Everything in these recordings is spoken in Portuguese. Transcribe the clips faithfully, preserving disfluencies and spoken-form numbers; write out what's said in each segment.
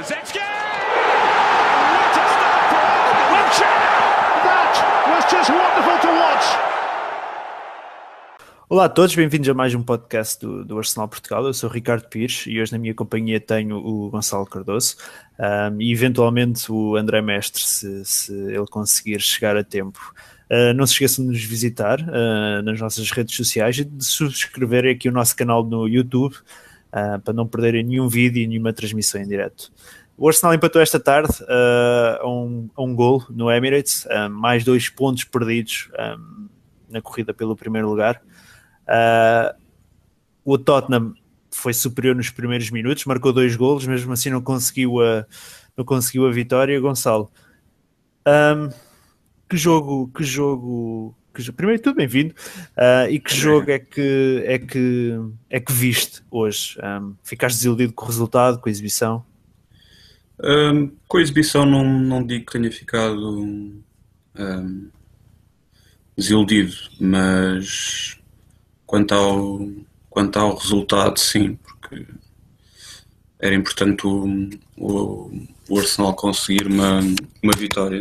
Kulusevski! What a start for Arsenal! That was just wonderful to watch! Olá a todos, bem-vindos a mais um podcast do, do Arsenal Portugal. Eu sou o Ricardo Pires e hoje na minha companhia tenho o Gonçalo Cardoso um, e eventualmente o André Mestre, se, se ele conseguir chegar a tempo. Uh, não se esqueçam de nos visitar uh, nas nossas redes sociais e de subscreverem aqui o nosso canal no YouTube uh, para não perderem nenhum vídeo e nenhuma transmissão em direto. O Arsenal empatou esta tarde uh, a, um, a um golo no Emirates, uh, mais dois pontos perdidos um, na corrida pelo primeiro lugar. Uh, o Tottenham foi superior nos primeiros minutos, marcou dois golos, mesmo assim não conseguiu a, não conseguiu a vitória. Gonçalo, um, que jogo, que jogo, que, primeiro de tudo, bem-vindo, uh, e que jogo é que, é que, é que viste hoje? Um, ficaste desiludido com o resultado, com a exibição? Um, com a exibição não, não digo que tenha ficado um, desiludido, mas quanto ao, quanto ao resultado, sim, porque era importante o, o, o Arsenal conseguir uma, uma vitória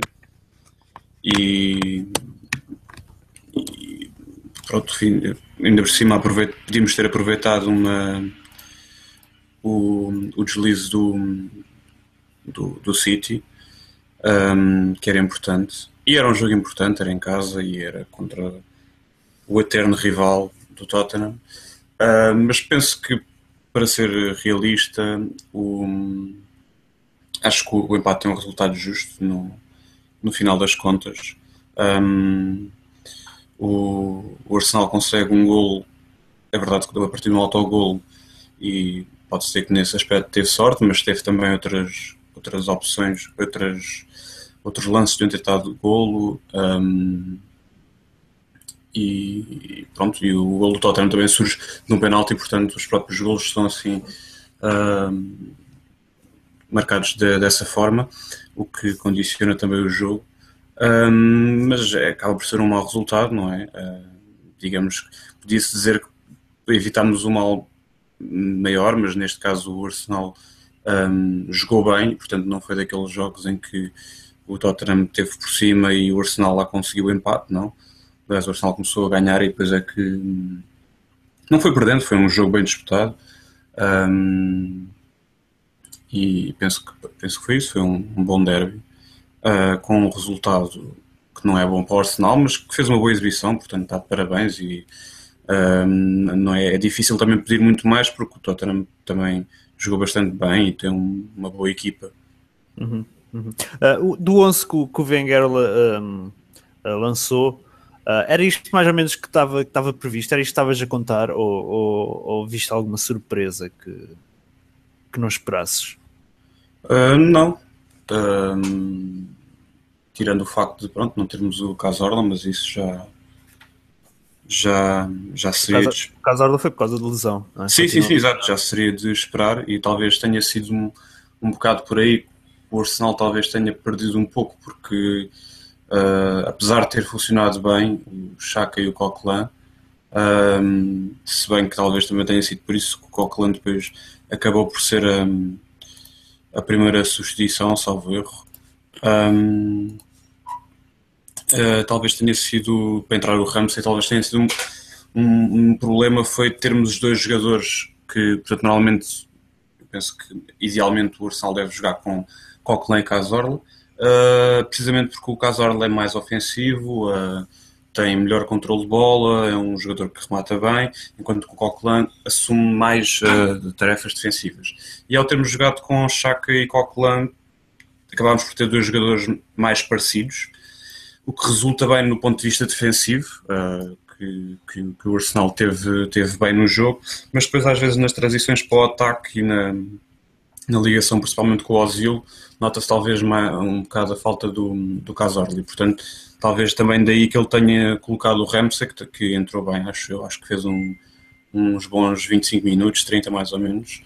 e, e pronto, ainda por cima aproveito, podíamos ter aproveitado uma, o, o deslize do, do, do City, um, que era importante, e era um jogo importante, era em casa e era contra o eterno rival do Tottenham, uh, mas penso que, para ser realista, o, acho que o, o empate tem um resultado justo no, no final das contas. Um, o, o Arsenal consegue um golo, é verdade que deu a partir de um autogolo e pode ser que nesse aspecto teve sorte, mas teve também outras, outras opções, outras, outros lances de um tentado de golo. Um, E pronto, e o golo do Tottenham também surge de um penalti, portanto os próprios golos são assim uh, marcados de, dessa forma, o que condiciona também o jogo, um, mas é, acaba por ser um mau resultado, não é? Uh, digamos que podia-se dizer que evitámos um mal maior, mas neste caso o Arsenal um, jogou bem, e, portanto não foi daqueles jogos em que o Tottenham teve por cima e o Arsenal lá conseguiu o empate, não. Aliás, o Arsenal começou a ganhar e depois é que não foi perdendo, foi um jogo bem disputado, um, e penso que, penso que foi isso, foi um, um bom derby, uh, com um resultado que não é bom para o Arsenal, mas que fez uma boa exibição, portanto está de parabéns e um, não é, é difícil também pedir muito mais porque o Tottenham também jogou bastante bem e tem um, uma boa equipa. Uhum, uhum. Uh, do onze que o, que o Wenger um, uh, lançou, Uh, era isto mais ou menos que estava que estava previsto? Era isto que estavas a contar ou, ou, ou viste alguma surpresa que, que não esperasses? Uh, não. Uh, tirando o facto de pronto, não termos o Cazorla, mas isso já já, já seria... O Cazorla foi por causa da lesão, não é? Sim, sim, sim, exato. Já seria de esperar e talvez tenha sido um, um bocado por aí. O Arsenal talvez tenha perdido um pouco porque... Uh, apesar de ter funcionado bem o Xhaka e o Coquelin, um, se bem que talvez também tenha sido por isso que o Coquelin depois acabou por ser um, a primeira substituição, salvo erro, um, uh, talvez tenha sido para entrar o Ramsey, talvez tenha sido um, um, um problema foi termos os dois jogadores que, portanto, normalmente eu penso que idealmente o Arsenal deve jogar com Coquelin e Cazorla. Uh, precisamente porque o Cazorla é mais ofensivo, uh, tem melhor controle de bola, é um jogador que remata bem, enquanto que o Coquelin assume mais uh, tarefas defensivas. E ao termos jogado com Xhaka e Coquelin, acabámos por ter dois jogadores mais parecidos, o que resulta bem no ponto de vista defensivo, uh, que, que, que o Arsenal teve, teve bem no jogo, mas depois às vezes nas transições para o ataque e na... na ligação principalmente com o Ozil, nota-se talvez uma, um bocado a falta do, do Cazorla, e portanto talvez também daí que ele tenha colocado o Ramsey, que, que entrou bem, acho eu, acho que fez um, uns bons vinte e cinco minutos, trinta mais ou menos.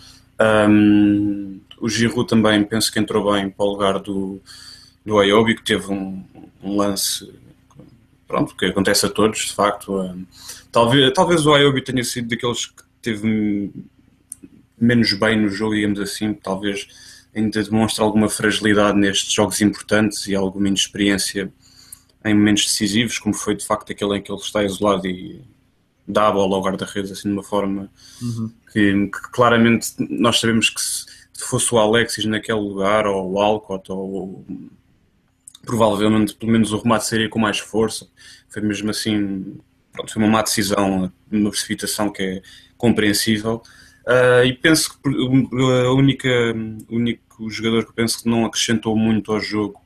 Um, o Giroud também penso que entrou bem para o lugar do, do Ayobi, que teve um, um lance, pronto, que acontece a todos, de facto. Um, talvez, talvez o Ayobi tenha sido daqueles que teve menos bem no jogo, digamos assim, talvez ainda demonstra alguma fragilidade nestes jogos importantes e alguma inexperiência em momentos decisivos, como foi de facto aquele em que ele está isolado e dá a bola ao guarda-redes assim de uma forma uhum. que, que claramente nós sabemos que se fosse o Alexis naquele lugar, ou o Alcott, ou provavelmente pelo menos o remate seria com mais força. Foi mesmo assim, pronto, foi uma má decisão, uma precipitação que é compreensível. Uh, e penso que a única, o único jogador que eu penso que não acrescentou muito ao jogo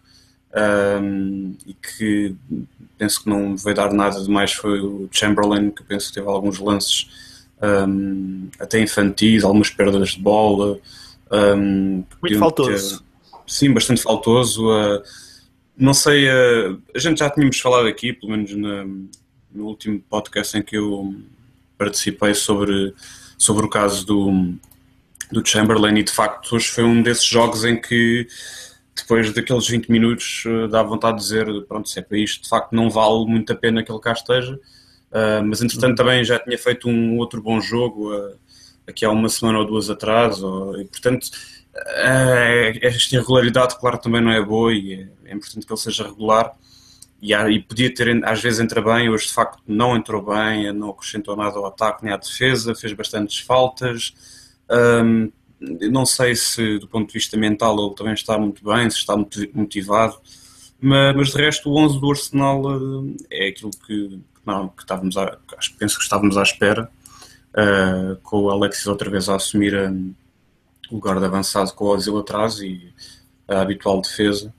um, e que penso que não veio dar nada de mais foi o Chamberlain, que eu penso que teve alguns lances um, até infantis, algumas perdas de bola. Um, muito faltoso. Ter, sim, bastante faltoso. Uh, não sei, uh, a gente já tínhamos falado aqui, pelo menos na, no último podcast em que eu participei sobre, sobre o caso do, do Chamberlain, e de facto hoje foi um desses jogos em que depois daqueles vinte minutos uh, dá vontade de dizer, pronto, se é para isto de facto não vale muito a pena que ele cá esteja, uh, mas entretanto uhum. também já tinha feito um outro bom jogo uh, aqui há uma semana ou duas atrás, ou, e portanto uh, esta irregularidade claro também não é boa, e é, é importante que ele seja regular, e, há, e podia ter, às vezes entra bem, hoje de facto não entrou bem, não acrescentou nada ao ataque nem à defesa, fez bastantes faltas. um, Não sei se, do ponto de vista mental, ele também está muito bem, se está motivado, mas, mas de resto, o onze do Arsenal é aquilo que, não, que estávamos a, acho, penso que estávamos à espera, uh, com o Alexis outra vez a assumir a, o lugar de avançado com o Ozil atrás e a habitual defesa.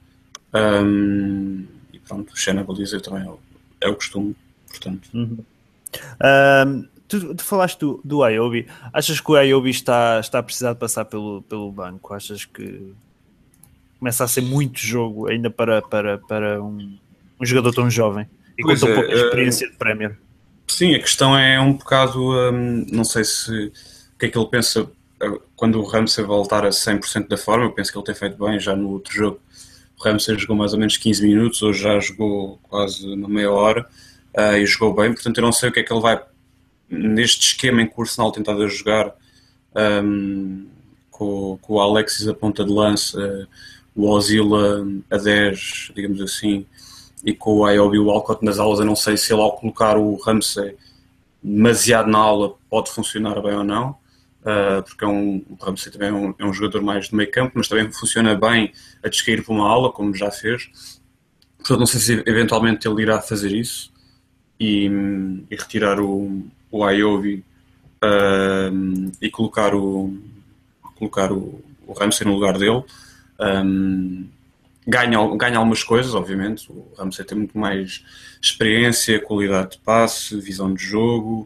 Um, e pronto, o Xena baliza também é o, é o costume, portanto. Uhum. Um... Tu, tu falaste do, do Ayobi. Achas que o Ayobi está, está a precisar de passar pelo, pelo banco? Achas que começa a ser muito jogo ainda para, para, para um, um jogador tão jovem e com tão é, pouca experiência uh, de Premier? Sim, a questão é um bocado, um, não sei se o que é que ele pensa quando o Ramsey voltar a cem por cento da forma. Eu penso que ele tem feito bem já no outro jogo. O Ramsey jogou mais ou menos quinze minutos, hoje já jogou quase uma meia hora uh, e jogou bem, portanto eu não sei o que é que ele vai neste esquema em que o Arsenal tentava jogar, um, com, com o Alexis a ponta de lança, o Ozil a, a dez, digamos assim, e com o Ayobi e o Alcott nas aulas. Eu não sei se ele, ao colocar o Ramsey demasiado na aula, pode funcionar bem ou não, uh, porque é um, o Ramsey também é um, é um jogador mais de meio campo, mas também funciona bem a descair para uma aula, como já fez. Portanto, não sei se eventualmente ele irá fazer isso e, e retirar o o Ayobi um, e colocar o colocar o, o Ramsey no lugar dele. Um, ganha, ganha algumas coisas, obviamente. O Ramsey tem muito mais experiência, qualidade de passe, visão de jogo.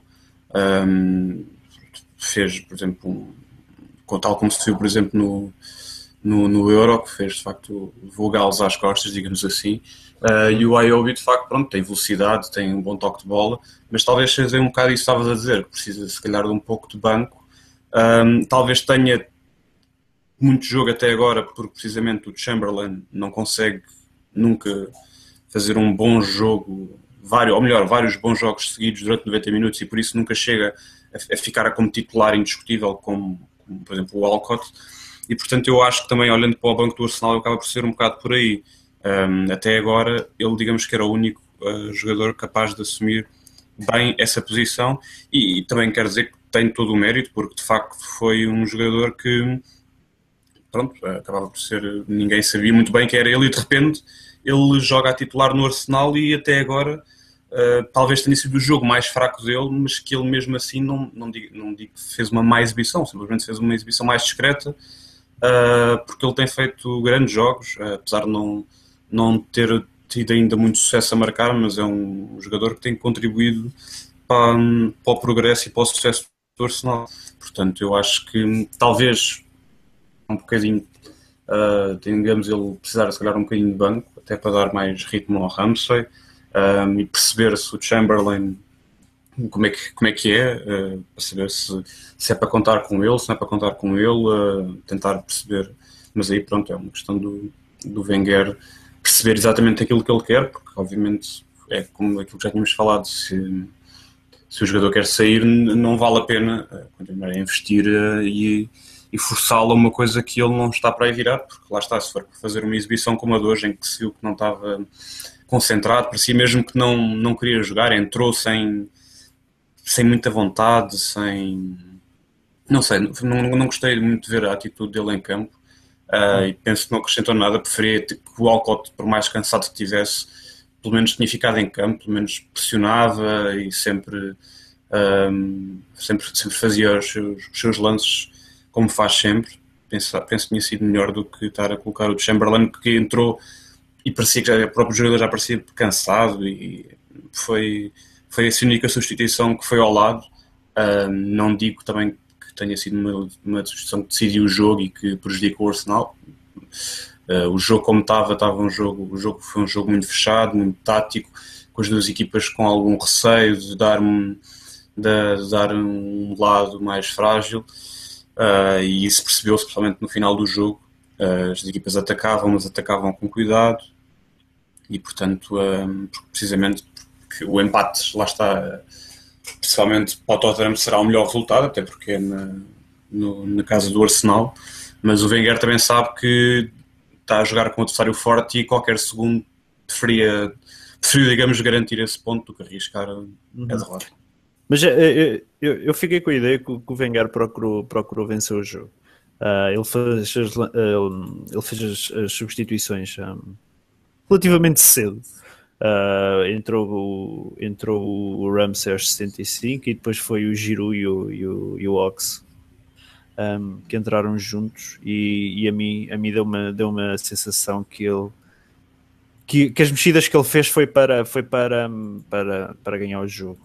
Um, fez, por exemplo, um, tal como se viu, por exemplo, no, no, no Euro, que fez, de facto, vogalos às costas, digamos assim. Uh, e o Ayobi, de facto, pronto, tem velocidade, tem um bom toque de bola, mas talvez seja um bocado isso que estavas a dizer, que precisa, se calhar, de um pouco de banco. Um, talvez tenha muito jogo até agora, porque precisamente o Chamberlain não consegue nunca fazer um bom jogo, vários, ou melhor, vários bons jogos seguidos durante noventa minutos, e por isso nunca chega a, a ficar como titular indiscutível, como, como, por exemplo, o Alcott. E, portanto, eu acho que também, olhando para o banco do Arsenal, acaba por ser um bocado por aí. Um, até agora, ele, digamos que era o único uh, jogador capaz de assumir bem essa posição, e, e também quero dizer que tem todo o mérito, porque de facto foi um jogador que, pronto, acabava por ser, ninguém sabia muito bem quem era ele, e de repente ele joga a titular no Arsenal, e até agora uh, talvez tenha sido o jogo mais fraco dele, mas que ele mesmo assim não, não, digo, não digo que fez uma má exibição, simplesmente fez uma exibição mais discreta, uh, porque ele tem feito grandes jogos, uh, apesar de não não ter tido ainda muito sucesso a marcar, mas é um jogador que tem contribuído para, para o progresso e para o sucesso do Arsenal. Portanto, eu acho que talvez um bocadinho, uh, tengamos ele precisar, se calhar, um bocadinho de banco, até para dar mais ritmo ao Ramsey, um, e perceber se o Chamberlain, como é que, como é, que é, uh, para saber se, se é para contar com ele, se não é para contar com ele, uh, tentar perceber, mas aí pronto, é uma questão do, do Wenger perceber exatamente aquilo que ele quer, porque obviamente é como aquilo que já tínhamos falado, se, se o jogador quer sair, não vale a pena uh, continuar a investir uh, e, e forçá-lo a uma coisa que ele não está para aí virar, porque lá está, se for fazer uma exibição como a de hoje, em que se viu que não estava concentrado, parecia mesmo que não, não queria jogar, entrou sem, sem muita vontade, sem... Não sei, não, não gostei muito de ver a atitude dele em campo, uh, e penso que não acrescentou nada. Preferia que o Alcott, por mais cansado que tivesse, pelo menos tinha ficado em campo, pelo menos pressionava e sempre, um, sempre, sempre fazia os seus, os seus lances como faz sempre. Penso, penso que tinha sido melhor do que estar a colocar o Chamberlain, que entrou e parecia que já, o próprio jogador já parecia cansado, e foi, foi essa única substituição que foi ao lado. Uh, não digo também que tenha sido uma, uma substituição que decidiu o jogo e que prejudicou o Arsenal. Uh, o jogo como estava, estava um jogo, o jogo foi um jogo muito fechado, muito tático, com as duas equipas com algum receio de dar um, de, de dar um lado mais frágil, uh, e isso percebeu-se principalmente no final do jogo. Uh, as equipas atacavam, mas atacavam com cuidado, e portanto, um, precisamente porque o empate, lá está, principalmente para o Tottenham será o melhor resultado, até porque é na, no, na casa do Arsenal, mas o Wenger também sabe que está a jogar com um adversário forte e qualquer segundo preferia, preferia, digamos, garantir esse ponto do que arriscar uhum. a derrota. Mas eu, eu, eu fiquei com a ideia que o Wenger procurou, procurou vencer o jogo. Uh, ele fez as, uh, ele fez as, as substituições um, relativamente cedo. Uh, entrou, o, entrou o Ramsey aos sessenta e cinco e depois foi o Giroud e o, e o, e o Ox um, que entraram juntos, e, e a mim, a mim deu, uma, deu uma sensação que ele que, que as mexidas que ele fez foi para, foi para, para, para ganhar o jogo.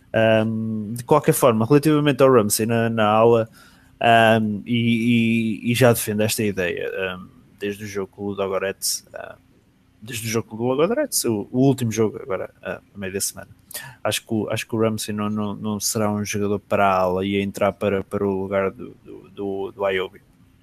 Um, de qualquer forma, relativamente ao Ramsey na, na aula, um, e, e, e já defendo esta ideia um, desde o jogo com o Ludogorets, uh, desde o jogo com o Ludogorets, o, o último jogo agora, uh, a meio da semana. Acho que o, acho que o Ramsey não, não, não será um jogador para a ala e a entrar para, para o lugar do, do, do, do Ayobi.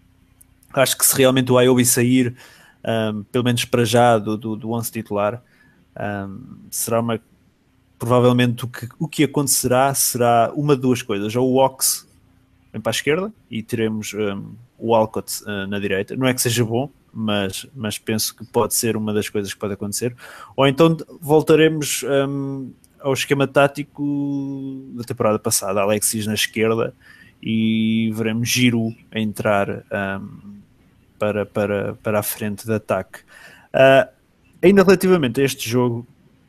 Acho que se realmente o Ayobi sair, um, pelo menos para já, do, do, do onze titular, um, será uma provavelmente o que, o que acontecerá será uma de duas coisas: ou o Ox vem para a esquerda e teremos um, o Alcott uh, na direita. Não é que seja bom, mas, mas penso que pode ser uma das coisas que pode acontecer. Ou então voltaremos um, ao esquema tático da temporada passada, Alexis na esquerda, e veremos Giroud a entrar um, para, para, para a frente de ataque. Uh, ainda relativamente a este jogo,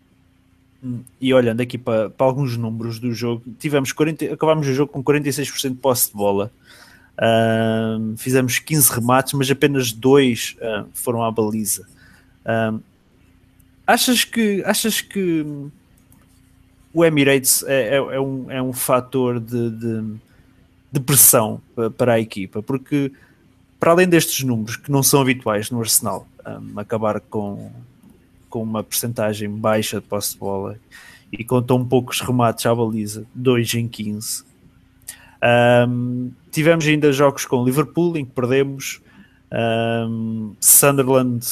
e olhando aqui para, para alguns números do jogo, tivemos quarenta, acabámos o jogo com quarenta e seis por cento de posse de bola, uh, fizemos quinze remates, mas apenas dois uh, foram à baliza. Uh, achas que, achas que o Emirates é, é, é, um, é um fator de, de, de pressão para a equipa? Porque, para além destes números que não são habituais no Arsenal, um, acabar com com uma percentagem baixa de posse de bola e com tão poucos remates à baliza, dois em quinze. Um, tivemos ainda jogos com Liverpool, em que perdemos, um, Sunderland,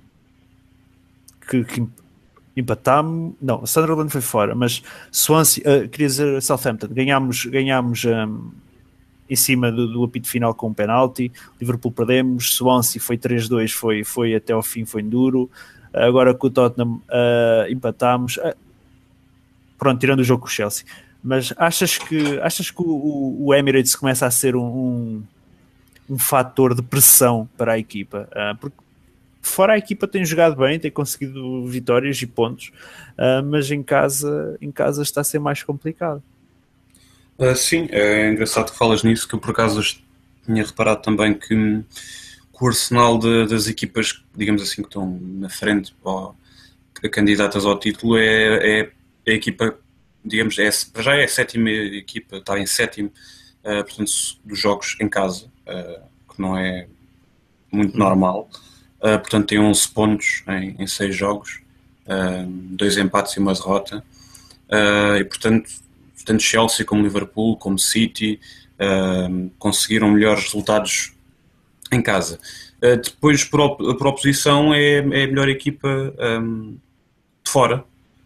que, que empatámos, não, Sunderland foi fora, mas Swansea, uh, queria dizer Southampton, ganhámos, ganhámos um, em cima do, do apito final com um penalti. Liverpool perdemos, Swansea foi três dois, foi, foi até ao fim, foi duro. Agora com o Tottenham uh, empatámos, uh, pronto, tirando o jogo com o Chelsea. Mas achas que, achas que o, o Emirates começa a ser um, um, um fator de pressão para a equipa? Uh, porque fora a equipa tem jogado bem, tem conseguido vitórias e pontos, uh, mas em casa, em casa está a ser mais complicado. Uh, sim, é engraçado que falas nisso, que eu por acaso tinha reparado também que o Arsenal de, das equipas, digamos assim, que estão na frente, ó, candidatas ao título, é, é, é a equipa, digamos, é, já é a sétima equipa, está em sétimo, uh, portanto, dos jogos em casa, uh, que não é muito normal. Uh, portanto, tem onze pontos em, em seis jogos, uh, dois empates e uma derrota. Uh, e, portanto, tanto Chelsea como Liverpool, como City, uh, conseguiram melhores resultados em casa. Uh, depois, por, op- por oposição, é, é a melhor equipa um, de fora.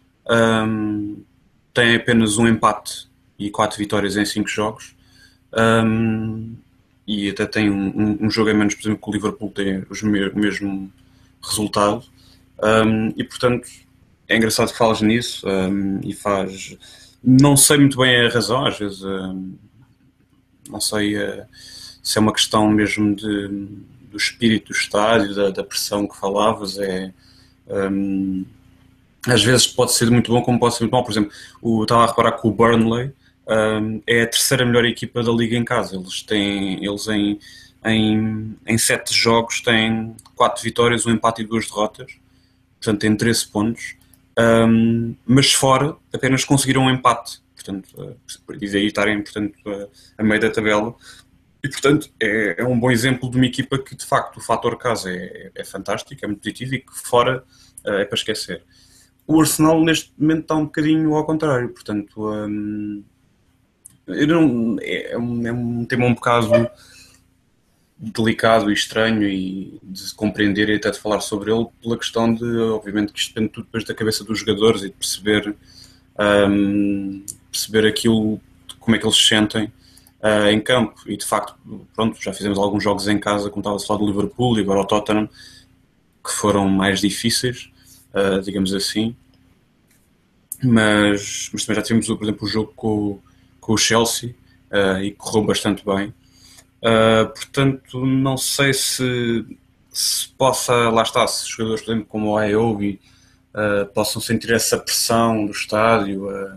Um, tem apenas um empate e quatro vitórias em cinco jogos. Um, e até tem um, um, um jogo a menos, por exemplo, que o Liverpool tem os me- o mesmo resultado. Um, e portanto é engraçado que fales nisso, um, e faz, não sei muito bem a razão, às vezes um, não sei uh, se é uma questão mesmo de, do espírito do estádio, da, da pressão que falavas, é, um, às vezes pode ser muito bom como pode ser muito mal. Por exemplo, o, estava a reparar que o Burnley um, é a terceira melhor equipa da Liga em casa. Eles têm, eles em, em, em sete jogos têm quatro vitórias, um empate e duas derrotas, portanto têm treze pontos, um, mas fora apenas conseguiram um empate, portanto, uh, e daí estarem, portanto, uh, a meio da tabela. E portanto é, é um bom exemplo de uma equipa que de facto o fator casa é, é fantástico, é muito positivo, e que fora uh, é para esquecer. O Arsenal neste momento está um bocadinho ao contrário, portanto um, eu não, é, um, é um tema um bocado delicado e estranho e de se compreender e até de falar sobre ele, pela questão de, obviamente, que isto depende tudo depois da cabeça dos jogadores e de perceber, um, perceber aquilo, como é que eles se sentem uh, em campo. E de facto, pronto, já fizemos alguns jogos em casa, como estava a falar do Liverpool e agora o Tottenham, que foram mais difíceis, uh, digamos assim, mas, mas também já tivemos, por exemplo, o jogo com, com o Chelsea, uh, e correu bastante bem. Uh, portanto, não sei se, se possa, lá está, se os jogadores, por exemplo, como o Ayobi, uh, possam sentir essa pressão do estádio, uh,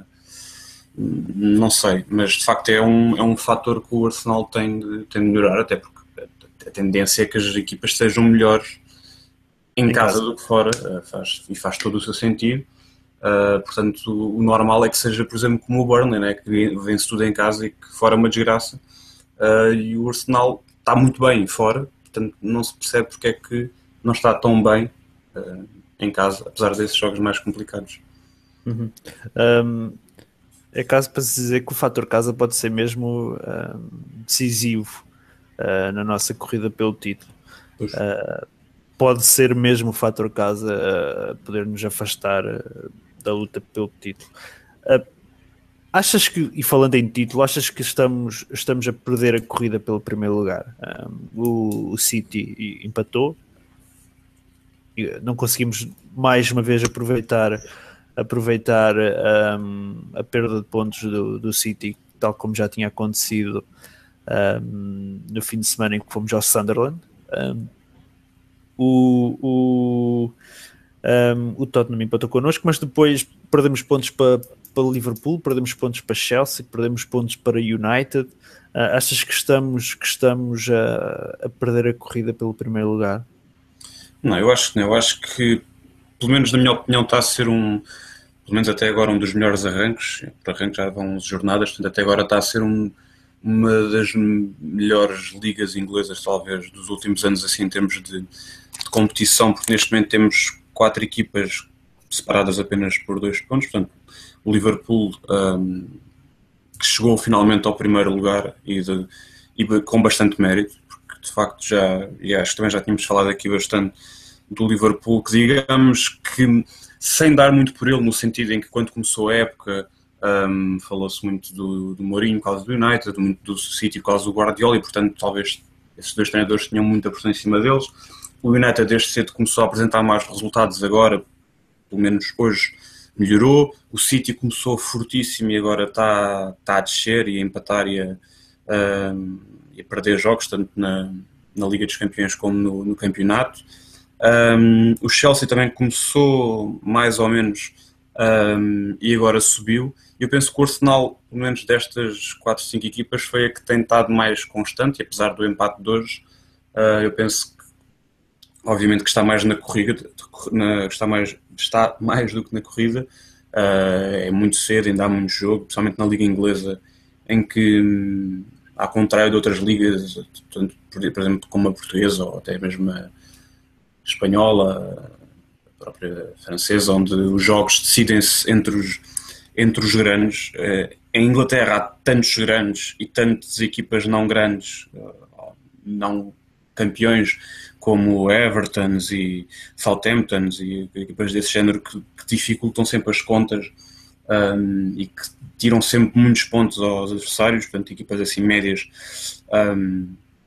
não sei, mas de facto é um, é um fator que o Arsenal tem de, tem de melhorar, até porque a tendência é que as equipas sejam melhores em, em casa, casa do que fora, uh, faz, e faz todo o seu sentido. Uh, portanto, o normal é que seja, por exemplo, como o Burnley, né, que vence tudo em casa e que fora é uma desgraça. Uh, e o Arsenal está muito bem fora, portanto não se percebe porque é que não está tão bem uh, em casa, apesar desses jogos mais complicados. Uhum. Um, é caso para se dizer que o fator casa pode ser mesmo um, decisivo uh, na nossa corrida pelo título. Uh, pode ser mesmo o fator casa a uh, poder nos afastar uh, da luta pelo título. Uh, Achas que, e falando em título, achas que estamos, estamos a perder a corrida pelo primeiro lugar? Um, o, o City empatou, não conseguimos mais uma vez aproveitar, aproveitar um, a perda de pontos do, do City, tal como já tinha acontecido um, no fim de semana em que fomos ao Sunderland. Um, o, o, um, o Tottenham empatou connosco, mas depois perdemos pontos para para Liverpool, perdemos pontos para Chelsea, perdemos pontos para United. Uh, achas que estamos, que estamos a, a perder a corrida pelo primeiro lugar? Não, eu acho que não. Eu acho que, pelo menos na minha opinião, está a ser um, pelo menos até agora, um dos melhores arranques. Para arranque já vão jornadas, portanto até agora está a ser um, uma das melhores ligas inglesas, talvez, dos últimos anos, assim, em termos de, de competição, porque neste momento temos quatro equipas separadas apenas por dois pontos, portanto o Liverpool, um, que chegou finalmente ao primeiro lugar e, de, e com bastante mérito, porque de facto já, e acho que também já tínhamos falado aqui bastante do Liverpool, que digamos que sem dar muito por ele, no sentido em que quando começou a época um, falou-se muito do, do Mourinho por causa do United, muito do City por causa do Guardiola, e portanto talvez esses dois treinadores tinham muita pressão em cima deles. O United desde cedo começou a apresentar mais resultados agora, pelo menos hoje melhorou. O City começou fortíssimo e agora está, está a descer e a empatar e a, um, e a perder jogos, tanto na, na Liga dos Campeões como no, no campeonato. Um, o Chelsea também começou mais ou menos um, e agora subiu. Eu penso que o Arsenal, pelo menos destas quatro, cinco equipas, foi a que tem estado mais constante, e apesar do empate de hoje, uh, eu penso que obviamente que está mais na corrida, na, está, mais, está mais do que na corrida. Uh, é muito cedo, ainda há muito jogo, principalmente na Liga Inglesa, em que, hum, ao contrário de outras ligas, tanto, por, por exemplo, como a portuguesa ou até mesmo a espanhola, a própria francesa, onde os jogos decidem-se entre os, entre os grandes. Uh, em Inglaterra há tantos grandes e tantas equipas não grandes, uh, não campeões, como Evertons e Southamptons e equipas desse género que, que dificultam sempre as contas um, e que tiram sempre muitos pontos aos adversários, portanto equipas assim médias um,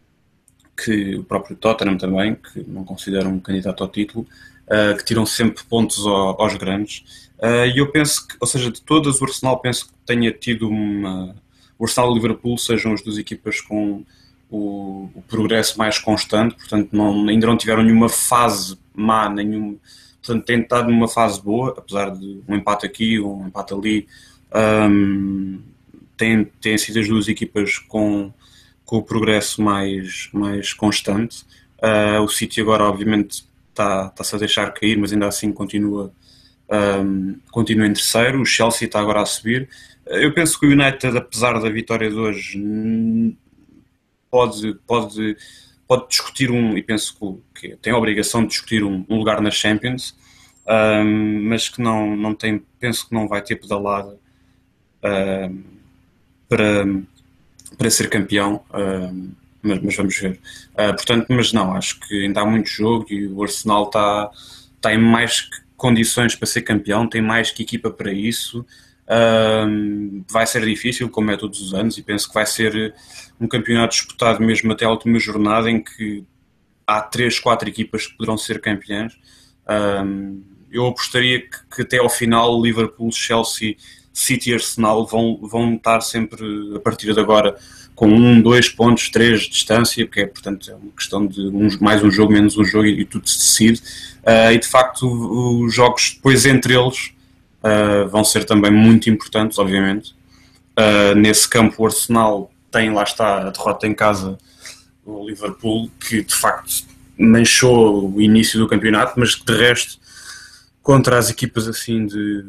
que o próprio Tottenham também, que não considero um candidato ao título, uh, que tiram sempre pontos ao, aos grandes. Uh, e eu penso que, ou seja, de todas, o Arsenal penso que tenha tido uma... O Arsenal e o Liverpool sejam as duas equipas com o, o progresso mais constante, portanto não, ainda não tiveram nenhuma fase má, nenhum, portanto têm estado numa fase boa, apesar de um empate aqui, um empate ali. Um, têm, têm sido as duas equipas com... com o progresso mais, mais constante. Uh, o City agora, obviamente, está, está-se a deixar cair, mas ainda assim continua, um, continua em terceiro. O Chelsea está agora a subir. Eu penso que o United, apesar da vitória de hoje, pode, pode, pode discutir um, e penso que tem a obrigação de discutir um, um lugar na Champions, um, mas que não, não tem, penso que não vai ter pedalada um, para... para ser campeão, uh, mas, mas vamos ver. Uh, portanto, mas não, acho que ainda há muito jogo e o Arsenal está, está em mais condições para ser campeão, tem mais que equipa para isso. Uh, vai ser difícil, como é todos os anos, e penso que vai ser um campeonato disputado mesmo até a última jornada, em que há três, quatro equipas que poderão ser campeãs. Uh, eu apostaria que, que até ao final Liverpool, Chelsea, City e Arsenal vão, vão estar sempre, a partir de agora, com um, dois pontos, três de distância, porque é, portanto, é uma questão de um, mais um jogo, menos um jogo, e, e tudo se decide. Uh, e, de facto, os jogos depois entre eles uh, vão ser também muito importantes, obviamente. Uh, nesse campo, o Arsenal tem, lá está, a derrota em casa, o Liverpool, que, de facto, manchou o início do campeonato, mas que, de resto, contra as equipas assim de...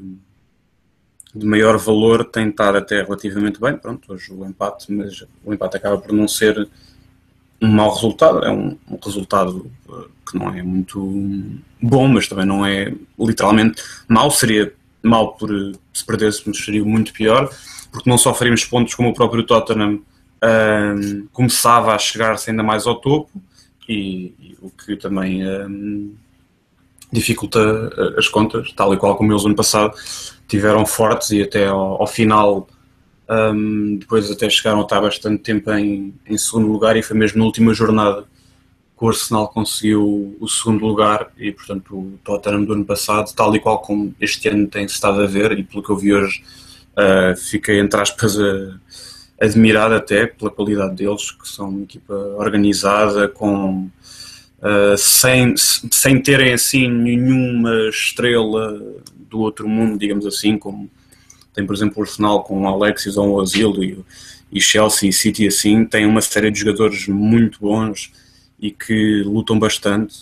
de maior valor, tem estado até relativamente bem. Pronto, hoje o empate, mas o empate acaba por não ser um mau resultado, é um, um resultado que não é muito bom, mas também não é literalmente mau. Seria mau por se perdêssemos, seria muito pior, porque não só faríamos pontos, como o próprio Tottenham um, começava a chegar-se ainda mais ao topo, e, e o que também um, dificulta as contas, tal e qual como eles ano passado tiveram fortes e até ao, ao final, um, depois até chegaram a estar bastante tempo em, em segundo lugar, e foi mesmo na última jornada que o Arsenal conseguiu o segundo lugar, e portanto o Tottenham do ano passado, tal e qual como este ano tem-se estado a ver, e pelo que eu vi hoje, uh, fiquei entre aspas a, admirado até pela qualidade deles, que são uma equipa organizada, com... Uh, sem, sem terem assim nenhuma estrela do outro mundo, digamos assim, como tem por exemplo o Arsenal com o Alexis ou o Ozil, e, e Chelsea e City, assim, tem uma série de jogadores muito bons e que lutam bastante,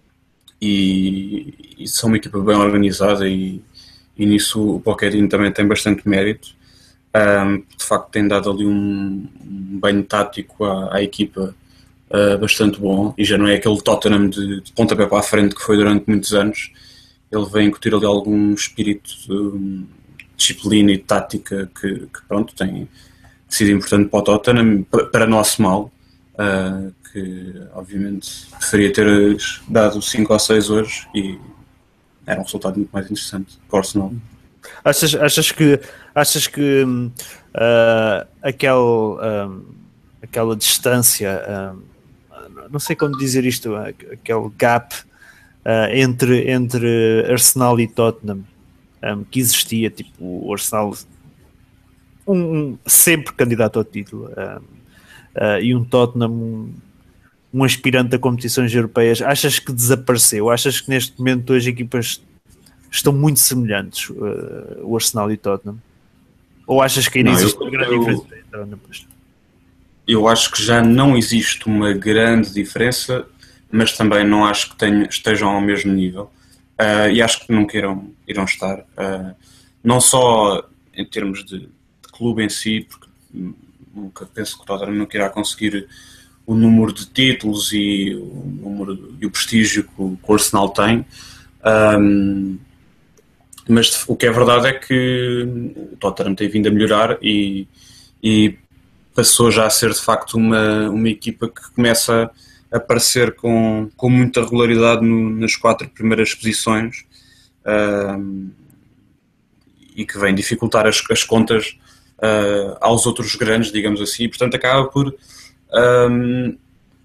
e, e são uma equipa bem organizada, e, e nisso o Pochettino também tem bastante mérito. Um, de facto tem dado ali um, um banho tático à, à equipa Uh, bastante bom, e já não é aquele Tottenham de, de pontapé para a frente que foi durante muitos anos. Ele vem incutir ali algum espírito de um, disciplina e tática que, que pronto, tem sido importante para o Tottenham, para, para nosso mal, uh, que obviamente preferia ter dado cinco ou seis hoje, e era um resultado muito mais interessante para o Arsenal. Achas, achas que, achas que uh, aquele, um, aquela distância, um, não sei como dizer isto, aquele gap uh, entre, entre Arsenal e Tottenham, um, que existia, tipo o Arsenal um, um, sempre candidato ao título, um, uh, e um Tottenham um, um aspirante a competições europeias, achas que desapareceu? Achas que neste momento as equipas estão muito semelhantes, uh, o Arsenal e o Tottenham? Ou achas que ainda não, existe eu, uma grande eu... diferença? Eu acho que já não existe uma grande diferença, mas também não acho que tenha, estejam ao mesmo nível. Uh, e acho que nunca irão, irão estar. Uh, não só em termos de, de clube em si, porque nunca penso que o Tottenham nunca irá conseguir o número de títulos e o, número, e o prestígio que o, que o Arsenal tem. Um, mas o que é verdade é que o Tottenham tem vindo a melhorar, e, e passou já a ser de facto uma, uma equipa que começa a aparecer com, com muita regularidade no, nas quatro primeiras posições, um, e que vem dificultar as, as contas uh, aos outros grandes, digamos assim, e portanto acaba por um,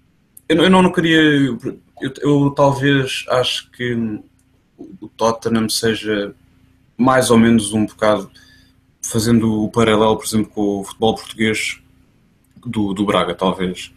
eu, eu não queria... Eu, eu talvez acho que o Tottenham seja mais ou menos um bocado, fazendo o paralelo, por exemplo, com o futebol português do, do Braga, talvez,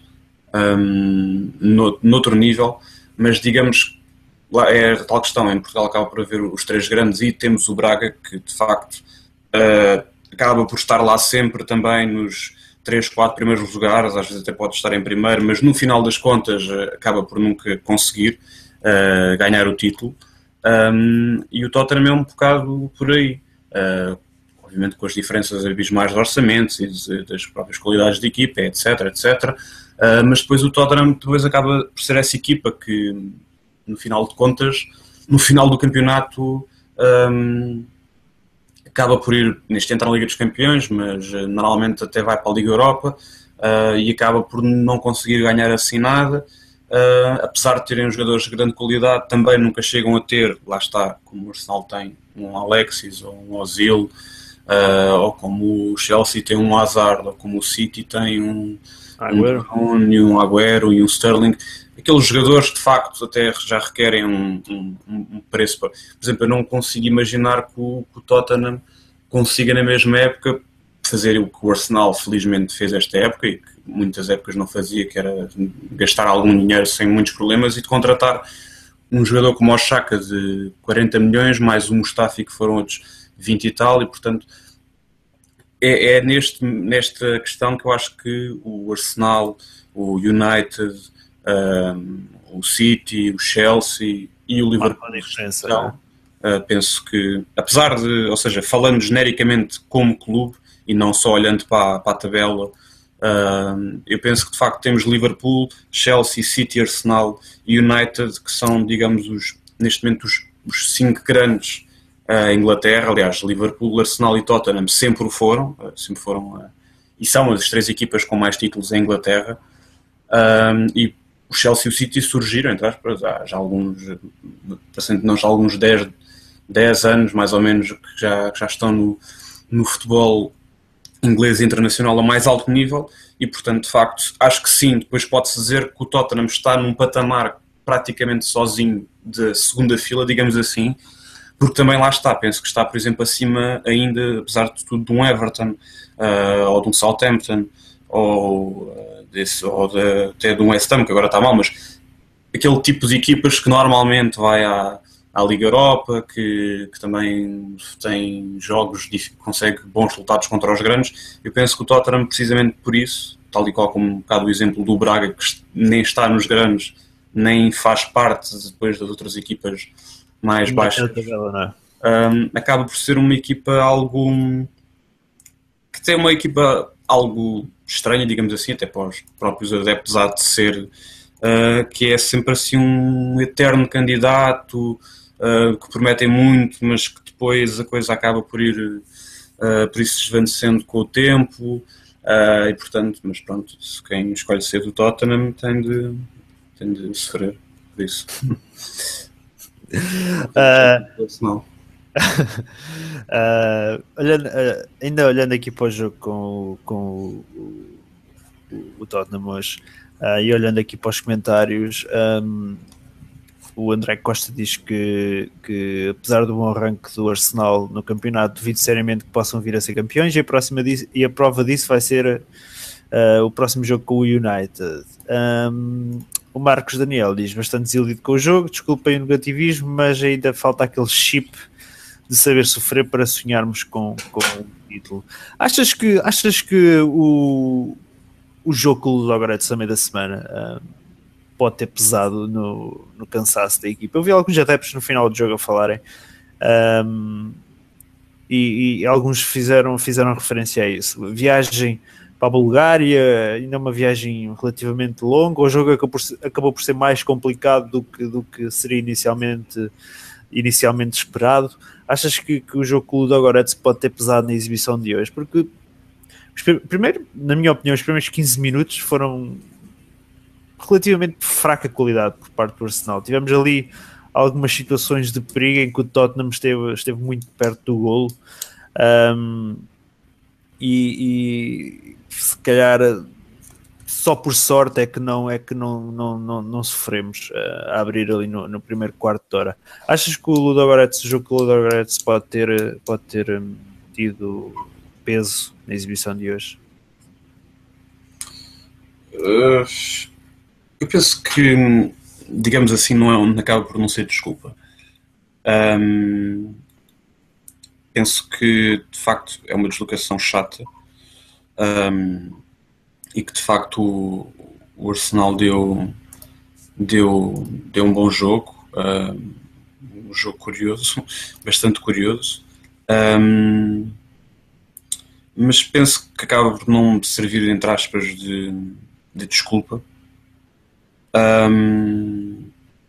um, no, noutro nível, mas digamos, lá é a tal questão, em Portugal acaba por haver os três grandes e temos o Braga, que de facto uh, acaba por estar lá sempre também nos três, quatro primeiros lugares, às vezes até pode estar em primeiro, mas no final das contas uh, acaba por nunca conseguir uh, ganhar o título. Um, e o Tottenham é um bocado por aí, uh, obviamente com as diferenças abismais de orçamentos e de, das próprias qualidades de equipa, etc, etc, uh, mas depois o Tottenham depois acaba por ser essa equipa que, no final de contas, no final do campeonato, um, acaba por ir, neste entra na Liga dos Campeões, mas uh, normalmente até vai para a Liga Europa, uh, e acaba por não conseguir ganhar assim nada. Uh, apesar de terem jogadores de grande qualidade, também nunca chegam a ter, lá está, como o Arsenal tem um Alexis ou um Ozil, uh, ou como o Chelsea tem um Hazard, ou como o City tem um Agüero, um, um, um Agüero e um Sterling. Aqueles jogadores de facto até já requerem um, um, um preço. Por exemplo, eu não consigo imaginar que o, que o Tottenham consiga na mesma época fazer o que o Arsenal felizmente fez esta época e que muitas épocas não fazia, que era gastar algum dinheiro sem muitos problemas e de contratar um jogador como o Xhaka de quarenta milhões, mais um Mustafi que foram outros vinte e tal, e portanto é, é neste, nesta questão que eu acho que o Arsenal, o United, um, o City, o Chelsea e o Liverpool, diferença, então, uh, penso que, apesar de, ou seja, falando genericamente como clube e não só olhando para, para a tabela, Uh, eu penso que de facto temos Liverpool, Chelsea, City, Arsenal e United, que são, digamos, os, neste momento os, os cinco grandes uh, em Inglaterra. Aliás, Liverpool, Arsenal e Tottenham sempre o foram, uh, sempre foram uh, e são as três equipas com mais títulos em Inglaterra. Uh, e o Chelsea e o City surgiram, entre aspas, já, já alguns, não, já alguns dez, dez anos mais ou menos que já, que já estão no, no futebol inglês e internacional a mais alto nível e, portanto, de facto, acho que sim, depois pode-se dizer que o Tottenham está num patamar praticamente sozinho de segunda fila, digamos assim, porque também lá está, penso que está, por exemplo, acima ainda, apesar de tudo, de um Everton, uh, ou de um Southampton, ou, uh, desse, ou de, até de um West Ham, que agora está mal, mas aquele tipo de equipas que normalmente vai à à Liga Europa, que, que também tem jogos, consegue bons resultados contra os grandes. Eu penso que o Tottenham, precisamente por isso, tal e qual como um bocado o exemplo do Braga, que nem está nos grandes, nem faz parte depois das outras equipas mais não baixas, tabela, um, acaba por ser uma equipa algo... que tem uma equipa algo estranha, digamos assim, até para os próprios adeptos há de ser, uh, que é sempre assim um eterno candidato, Uh, que prometem muito, mas que depois a coisa acaba por ir, uh, por ir se desvanecendo com o tempo, uh, e portanto, mas pronto, quem escolhe ser do Tottenham tem de, tem de sofrer por isso. uh, uh, olhando, uh, ainda olhando aqui para o jogo com, com o, o, o Tottenham hoje, uh, e olhando aqui para os comentários, um, o André Costa diz que, que apesar do bom arranque do Arsenal no campeonato, duvido seriamente que possam vir a ser campeões, e a, próxima disso, e a prova disso vai ser uh, o próximo jogo com o United. Um, o Marcos Daniel diz bastante desiludido com o jogo, desculpem o negativismo, mas ainda falta aquele chip de saber sofrer para sonharmos com, com o título. Achas que, achas que o, o jogo com o Ludogorets também da semana... Um, pode ter pesado no, no cansaço da equipa? Eu vi alguns adeptos no final do jogo a falarem, um, e, e alguns fizeram, fizeram referência a isso. Viagem para a Bulgária, ainda uma viagem relativamente longa, o jogo acabou por ser, acabou por ser mais complicado do que, do que seria inicialmente, inicialmente esperado. Achas que, que o jogo com o Ludogorets pode ter pesado na exibição de hoje? Porque, primeiro, na minha opinião, os primeiros quinze minutos foram relativamente fraca qualidade por parte do Arsenal. Tivemos ali algumas situações de perigo em que o Tottenham esteve, esteve muito perto do golo, um, e, e se calhar só por sorte é que não, é que não, não, não, não sofremos uh, a abrir ali no, no primeiro quarto de hora. Achas que o Ludogorets, o jogo que o Ludogorets pode ter, pode ter um, tido peso na exibição de hoje? Uh, eu penso que, digamos assim, não, é, não acaba por não ser desculpa. Um, penso que, de facto, é uma deslocação chata. Um, e que de facto o, o Arsenal deu, deu, deu um bom jogo, um, um jogo curioso, bastante curioso, um, mas penso que acaba por não servir, entre aspas, de, de desculpa. Um,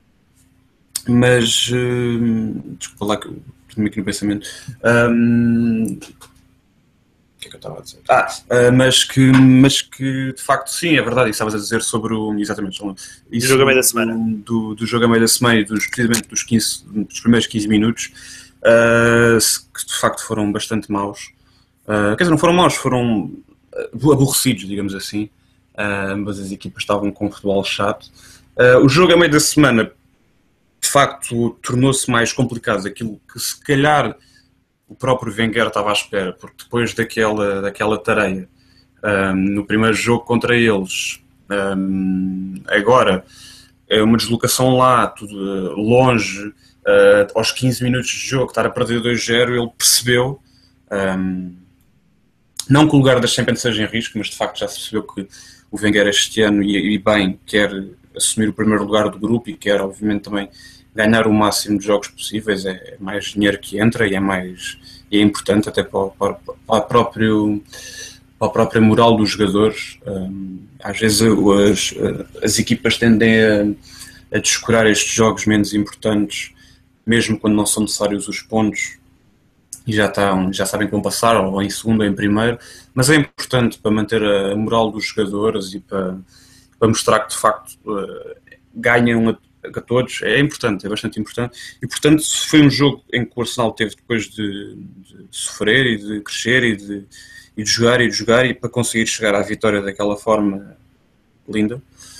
mas, uh, desculpa lá que eu estou aqui no pensamento. Um, que é que eu estava a dizer? Ah, uh, mas, que, mas que de facto sim, é verdade, isso estavas a dizer sobre o. Exatamente, isso, do jogo a meio da semana. Do, do jogo a meio da semana e dos, precisamente dos, quinze, dos primeiros quinze minutos, uh, que de facto foram bastante maus. Uh, quer dizer, não foram maus, foram aborrecidos, digamos assim. Uh, ambas as equipas estavam com um futebol chato. Uh, o jogo a meio da semana, de facto, tornou-se mais complicado daquilo que se calhar o próprio Wenger estava à espera, porque depois daquela, daquela tareia, um, no primeiro jogo contra eles, um, agora é uma deslocação lá, tudo uh, longe, uh, aos quinze minutos de jogo, estar a perder dois zero, ele percebeu, um, não que o lugar da Champions seja em risco, mas de facto já se percebeu que o Wenger este ano, e, e bem, quer assumir o primeiro lugar do grupo e quer, obviamente, também ganhar o máximo de jogos possíveis. É mais dinheiro que entra e é mais e é importante até para, para, para, a próprio, para a própria moral dos jogadores. Um, às vezes as, as equipas tendem a, a descurar estes jogos menos importantes, mesmo quando não são necessários os pontos, e já, estão, já sabem que vão passar, ou em segundo ou em primeiro, mas é importante para manter a moral dos jogadores e para, para mostrar que de facto uh, ganham a a todos, é importante, é bastante importante, e portanto foi um jogo em que o Arsenal teve depois de, de sofrer e de crescer e de, e de jogar e de jogar e para conseguir chegar à vitória daquela forma linda.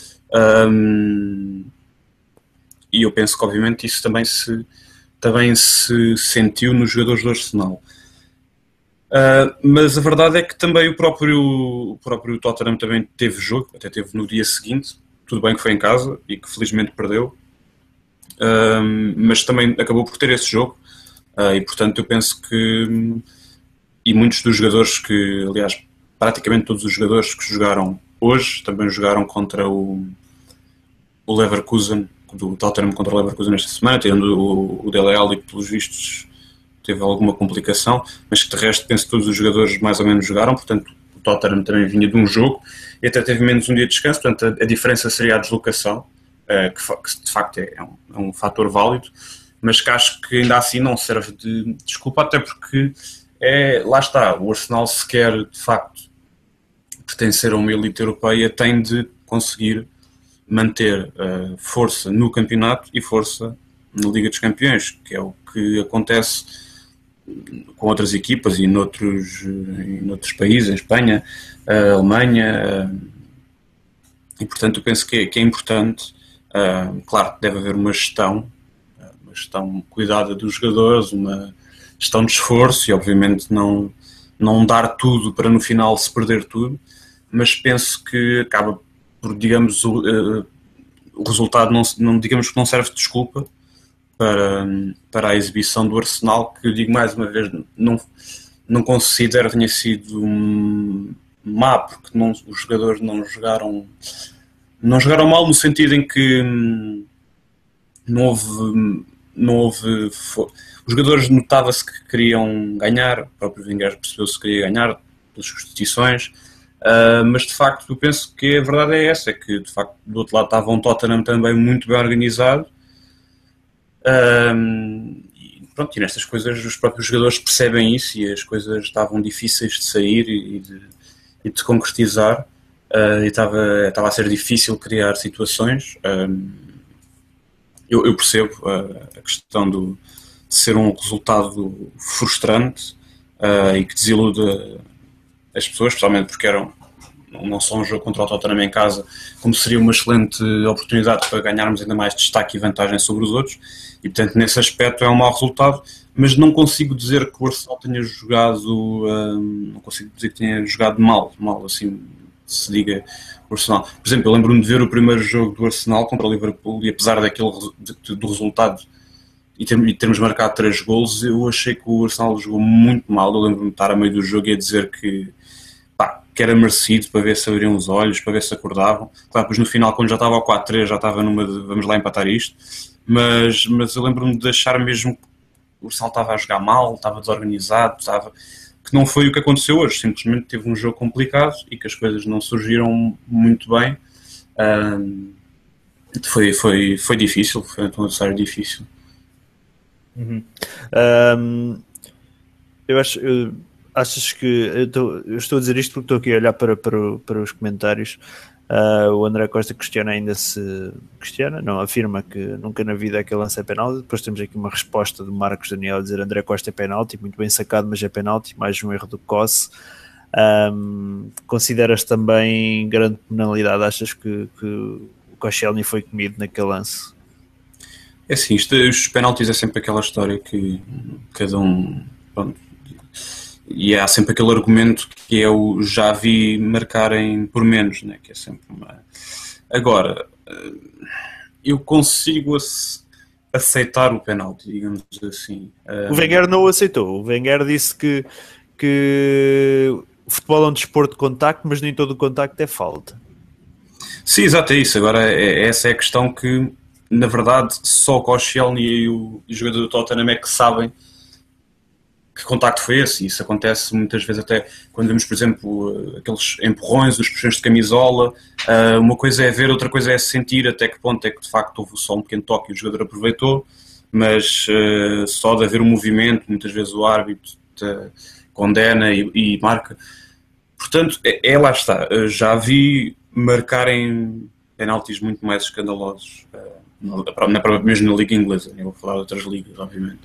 Um, e eu penso que obviamente isso também se, também se sentiu nos jogadores do Arsenal. Uh, mas a verdade é que também o próprio, o próprio Tottenham também teve jogo, até teve no dia seguinte. Tudo bem que foi em casa e que felizmente perdeu, um, mas também acabou por ter esse jogo, uh, e portanto eu penso que, e muitos dos jogadores que, aliás, praticamente todos os jogadores que jogaram hoje, também jogaram contra o, o Leverkusen, do Tottenham contra o Leverkusen esta semana, tendo o, o Dele Alli, que pelos vistos teve alguma complicação, mas que de resto penso que todos os jogadores mais ou menos jogaram, portanto o Tottenham também vinha de um jogo e até teve menos um dia de descanso, portanto a, a diferença seria a deslocação, uh, que, que de facto é, é, um, é um fator válido, mas que acho que ainda assim não serve de desculpa, até porque é, lá está, o Arsenal, se quer de facto pertencer a uma elite europeia, tem de conseguir manter uh, força no campeonato e força na Liga dos Campeões, que é o que acontece com outras equipas e noutros, em noutros países, em Espanha, a Alemanha, e portanto eu penso que é, que é importante, uh, claro que deve haver uma gestão, uma gestão cuidada dos jogadores, uma gestão de esforço e obviamente não, não dar tudo para no final se perder tudo, mas penso que acaba por, digamos, o, uh, o resultado não, não, digamos que não serve de desculpa para, para a exibição do Arsenal, que eu digo mais uma vez, não, não considero que tenha sido um, má, porque não, os jogadores não jogaram não jogaram mal no sentido em que hum, não houve, não houve os jogadores notava-se que queriam ganhar, o próprio Wenger percebeu-se que queria ganhar pelas substituições, uh, mas de facto eu penso que a verdade é essa, é que de facto do outro lado estava um Tottenham também muito bem organizado. Um, e, pronto, e nestas coisas os próprios jogadores percebem isso e as coisas estavam difíceis de sair e de, e de concretizar, uh, e estava, estava a ser difícil criar situações. Um, eu, eu percebo uh, a questão do, de ser um resultado frustrante, uh, e que desilude as pessoas, especialmente porque eram não só um jogo contra o Tottenham em casa, como seria uma excelente oportunidade para ganharmos ainda mais destaque e vantagem sobre os outros, e portanto nesse aspecto é um mau resultado, mas não consigo dizer que o Arsenal tenha jogado, um, não consigo dizer que tenha jogado mal, mal assim se diga o Arsenal. Por exemplo, eu lembro-me de ver o primeiro jogo do Arsenal contra o Liverpool, e apesar daquele, de, do resultado e, ter, e termos marcado três golos, eu achei que o Arsenal jogou muito mal. Eu lembro-me de estar a meio do jogo e a dizer que, pá, que era merecido, para ver se abriam os olhos, para ver se acordavam. Claro, pois no final, quando já estava ao quatro a três, já estava numa de vamos lá empatar isto, mas, mas eu lembro-me de achar mesmo que o Arsenal estava a jogar mal, estava desorganizado, estava... que não foi o que aconteceu hoje, simplesmente teve um jogo complicado e que as coisas não surgiram muito bem. Um, foi, foi, foi difícil, foi um adversário difícil. Uhum. Um, eu acho, eu, achas que eu, tô, eu estou a dizer isto porque estou aqui a olhar para, para, para os comentários. Uh, o André Costa questiona ainda se questiona, não, afirma que nunca na vida é que ele lança penalti. Depois temos aqui uma resposta do Marcos Daniel a dizer André Costa é penalti, muito bem sacado, mas é penalti, mais um erro do Cosse. Um, consideras também grande penalidade? Achas que, que o Koscielny foi comido naquele lance? É assim, isto, os penaltis é sempre aquela história que cada um, pronto, e há sempre aquele argumento que é o já vi marcarem por menos, né? Que é sempre uma... Agora, eu consigo aceitar o penalti, digamos assim. O Wenger não o aceitou. O Wenger disse que, que o futebol é um desporto de contacto, mas nem todo o contacto é falta. Sim, exato, é isso. Agora, é, essa é a questão que, na verdade, só o Koscielny e o, e o jogador do Tottenham é que sabem que contacto foi esse. Isso acontece muitas vezes até quando vemos, por exemplo, aqueles empurrões, os puxões de camisola. Uma coisa é ver, outra coisa é sentir até que ponto é que de facto houve só um pequeno toque e o jogador aproveitou, mas só de haver um movimento, muitas vezes o árbitro condena e, e marca. Portanto, é, é lá está. Já vi marcarem penaltis muito mais escandalosos, na, na, mesmo na Liga Inglesa. Eu vou falar de outras ligas, obviamente.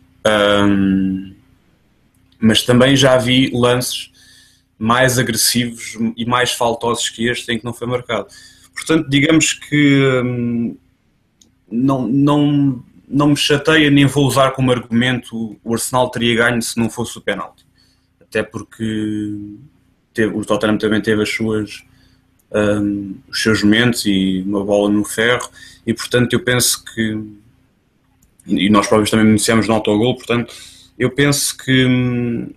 Um, mas também já vi lances mais agressivos e mais faltosos que este em que não foi marcado. Portanto, digamos que hum, não, não, não me chateia, nem vou usar como argumento o Arsenal teria ganho se não fosse o penalti. Até porque teve, o Tottenham também teve as suas, hum, os seus momentos e uma bola no ferro, e portanto eu penso que, e nós próprios também beneficiamos no autogol, portanto eu penso que hum,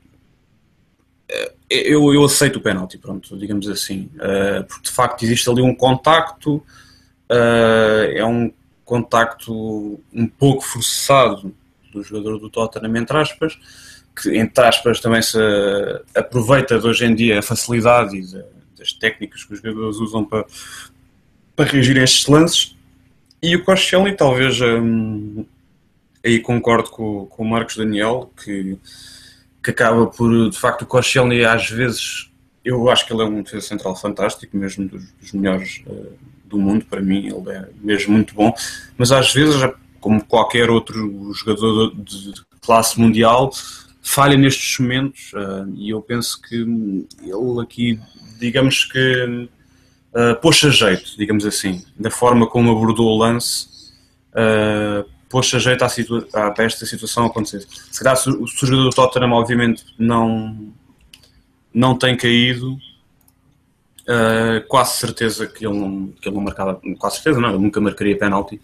eu, eu aceito o penalti, pronto, digamos assim, uh, porque de facto existe ali um contacto, uh, é um contacto um pouco forçado do jogador do Tottenham, entre aspas, que entre aspas também se aproveita de hoje em dia a facilidade e de, das técnicas que os jogadores usam para, para reagir a estes lances, e o Koscielny talvez... Um, aí concordo com, com o Marcos Daniel, que, que acaba por, de facto, o Koscielny às vezes, eu acho que ele é um defesa central fantástico, mesmo dos, dos melhores uh, do mundo, para mim, ele é mesmo muito bom, mas às vezes, como qualquer outro jogador de, de classe mundial, falha nestes momentos, uh, e eu penso que ele aqui, digamos que, uh, pôs a jeito, digamos assim, da forma como abordou o lance, uh, pôs a jeito à situa- para esta situação acontecer. Se calhar se o jogador do Tottenham obviamente não, não tem caído, uh, quase certeza que ele não, que ele não marcava, quase certeza não, ele nunca marcaria penalti,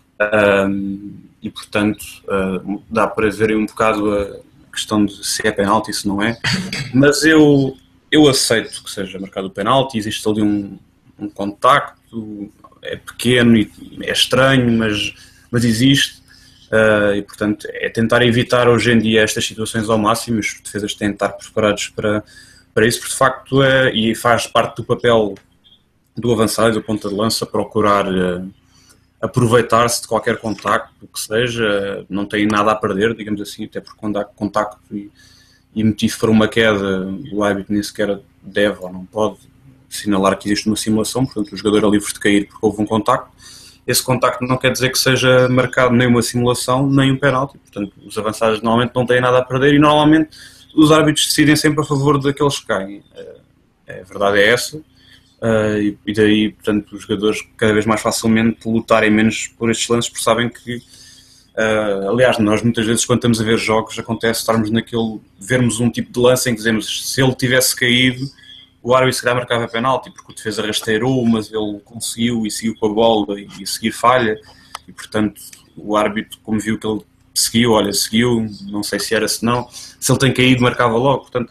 uh, e portanto uh, dá para ver aí um bocado a questão de se é penalti e se não é, mas eu, eu aceito que seja marcado o penalti, existe ali um, um contacto, é pequeno e é estranho, mas mas existe, uh, e portanto é tentar evitar hoje em dia estas situações ao máximo. Os defesas têm de estar preparados para, para isso, porque de facto é, e faz parte do papel do avançado, do ponta de lança, procurar uh, aproveitar-se de qualquer contacto, o que seja, não tem nada a perder, digamos assim, até porque quando há contacto e, e motivo para uma queda, o árbitro nem sequer deve ou não pode assinalar que existe uma simulação, portanto o jogador é livre de cair porque houve um contacto. Esse contacto não quer dizer que seja marcado nem uma simulação, nem um penalti. Portanto, os avançados normalmente não têm nada a perder e normalmente os árbitros decidem sempre a favor daqueles que caem. A verdade é essa. uh, e, e daí, portanto, os jogadores cada vez mais facilmente lutarem menos por estes lances, porque sabem que, uh, aliás, nós muitas vezes quando estamos a ver jogos, acontece estarmos naquele, vermos um tipo de lance em que dizemos, se ele tivesse caído, o árbitro se calhar marcava penalti, porque o defesa rasteirou, mas ele conseguiu e seguiu com a bola e, e seguir falha, e portanto o árbitro, como viu que ele seguiu, olha, seguiu, não sei se era, se não, se ele tem caído marcava logo, portanto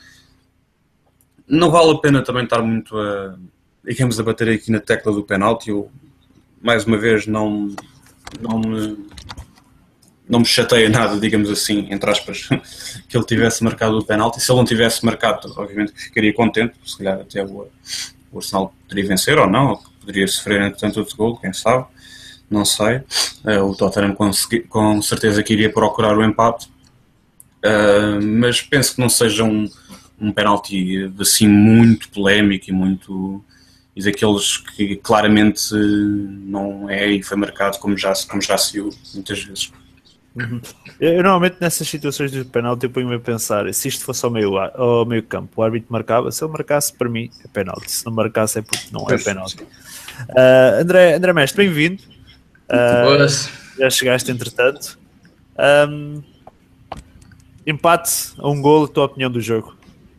não vale a pena também estar muito a, digamos, a bater aqui na tecla do penalti. Eu, mais uma vez, não, não me não me chateia nada, digamos assim, entre aspas, que ele tivesse marcado o penalti. Se ele não tivesse marcado, obviamente que ficaria contente, se calhar até o, o Arsenal poderia vencer ou não, ou poderia sofrer entretanto outro gol, quem sabe, não sei. Uh, o Tottenham consegui, com certeza que iria procurar o empate, uh, mas penso que não seja um, um penalti assim muito polémico e muito... e daqueles que claramente não é e foi marcado como já, como já se viu muitas vezes. Uhum. Eu, eu normalmente nessas situações de penalti eu ponho-me a pensar, se isto fosse ao meio, ao meio campo, o árbitro marcava, se ele marcasse para mim é penalti, se não marcasse é porque não é penalti. Uh, André, André Mestre, bem-vindo. Uh, já chegaste entretanto. Um, empate a um golo, a tua opinião do jogo?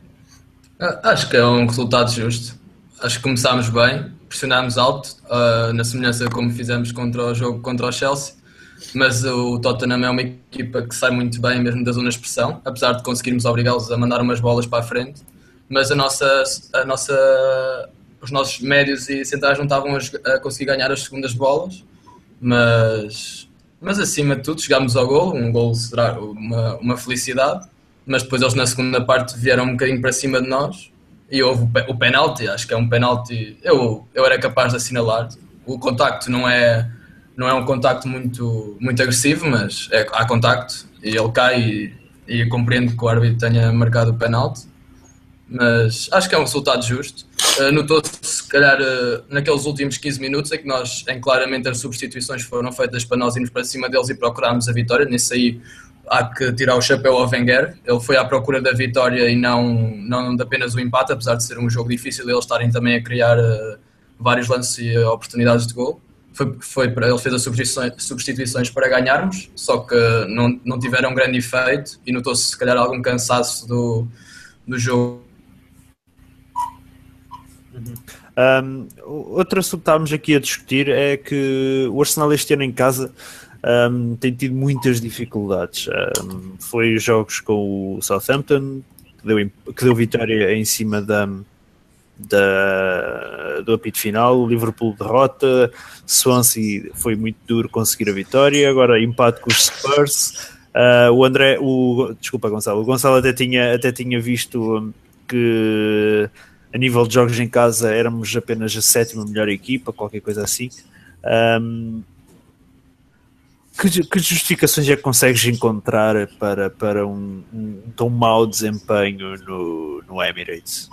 Acho que é um resultado justo. Acho que começámos bem, pressionámos alto, uh, na semelhança como fizemos contra o jogo contra o Chelsea, mas o Tottenham é uma equipa que sai muito bem mesmo da zona de pressão, apesar de conseguirmos obrigá-los a mandar umas bolas para a frente, mas a nossa, a nossa, os nossos médios e centrais não estavam a, a conseguir ganhar as segundas bolas, mas, mas acima de tudo chegámos ao golo, um golo será uma, uma felicidade, mas depois eles na segunda parte vieram um bocadinho para cima de nós. E houve o penalti, acho que é um penalti, eu, eu era capaz de assinalar. O contacto não é, não é um contacto muito, muito agressivo, mas é, há contacto e ele cai e, e eu compreendo que o árbitro tenha marcado o penalti. Mas acho que é um resultado justo. Uh, Notou-se, se calhar, uh, naqueles últimos quinze minutos em que, nós, em que claramente as substituições foram feitas para nós irmos para cima deles e procurarmos a vitória. Nisso aí há que tirar o chapéu ao Wenger. Ele foi à procura da vitória e não, não de apenas o empate, apesar de ser um jogo difícil e eles estarem também a criar uh, vários lances e uh, oportunidades de gol. Foi, foi para, ele fez as substituições, substituições para ganharmos, só que não, não tiveram grande efeito e notou-se se calhar algum cansaço do, do jogo. Um, outro assunto que estávamos aqui a discutir é que o Arsenal este ano em casa um, tem tido muitas dificuldades. Um, foi os jogos com o Southampton que deu, que deu vitória em cima da, da, do apito final, o Liverpool derrota, Swansea foi muito duro conseguir a vitória, agora empate com os Spurs. Uh, o André, o, desculpa Gonçalo, o Gonçalo até tinha, até tinha visto que a nível de jogos em casa éramos apenas a sétima melhor equipa, qualquer coisa assim. Um, que, que justificações é que consegues encontrar para, para um, um tão mau desempenho no, no Emirates?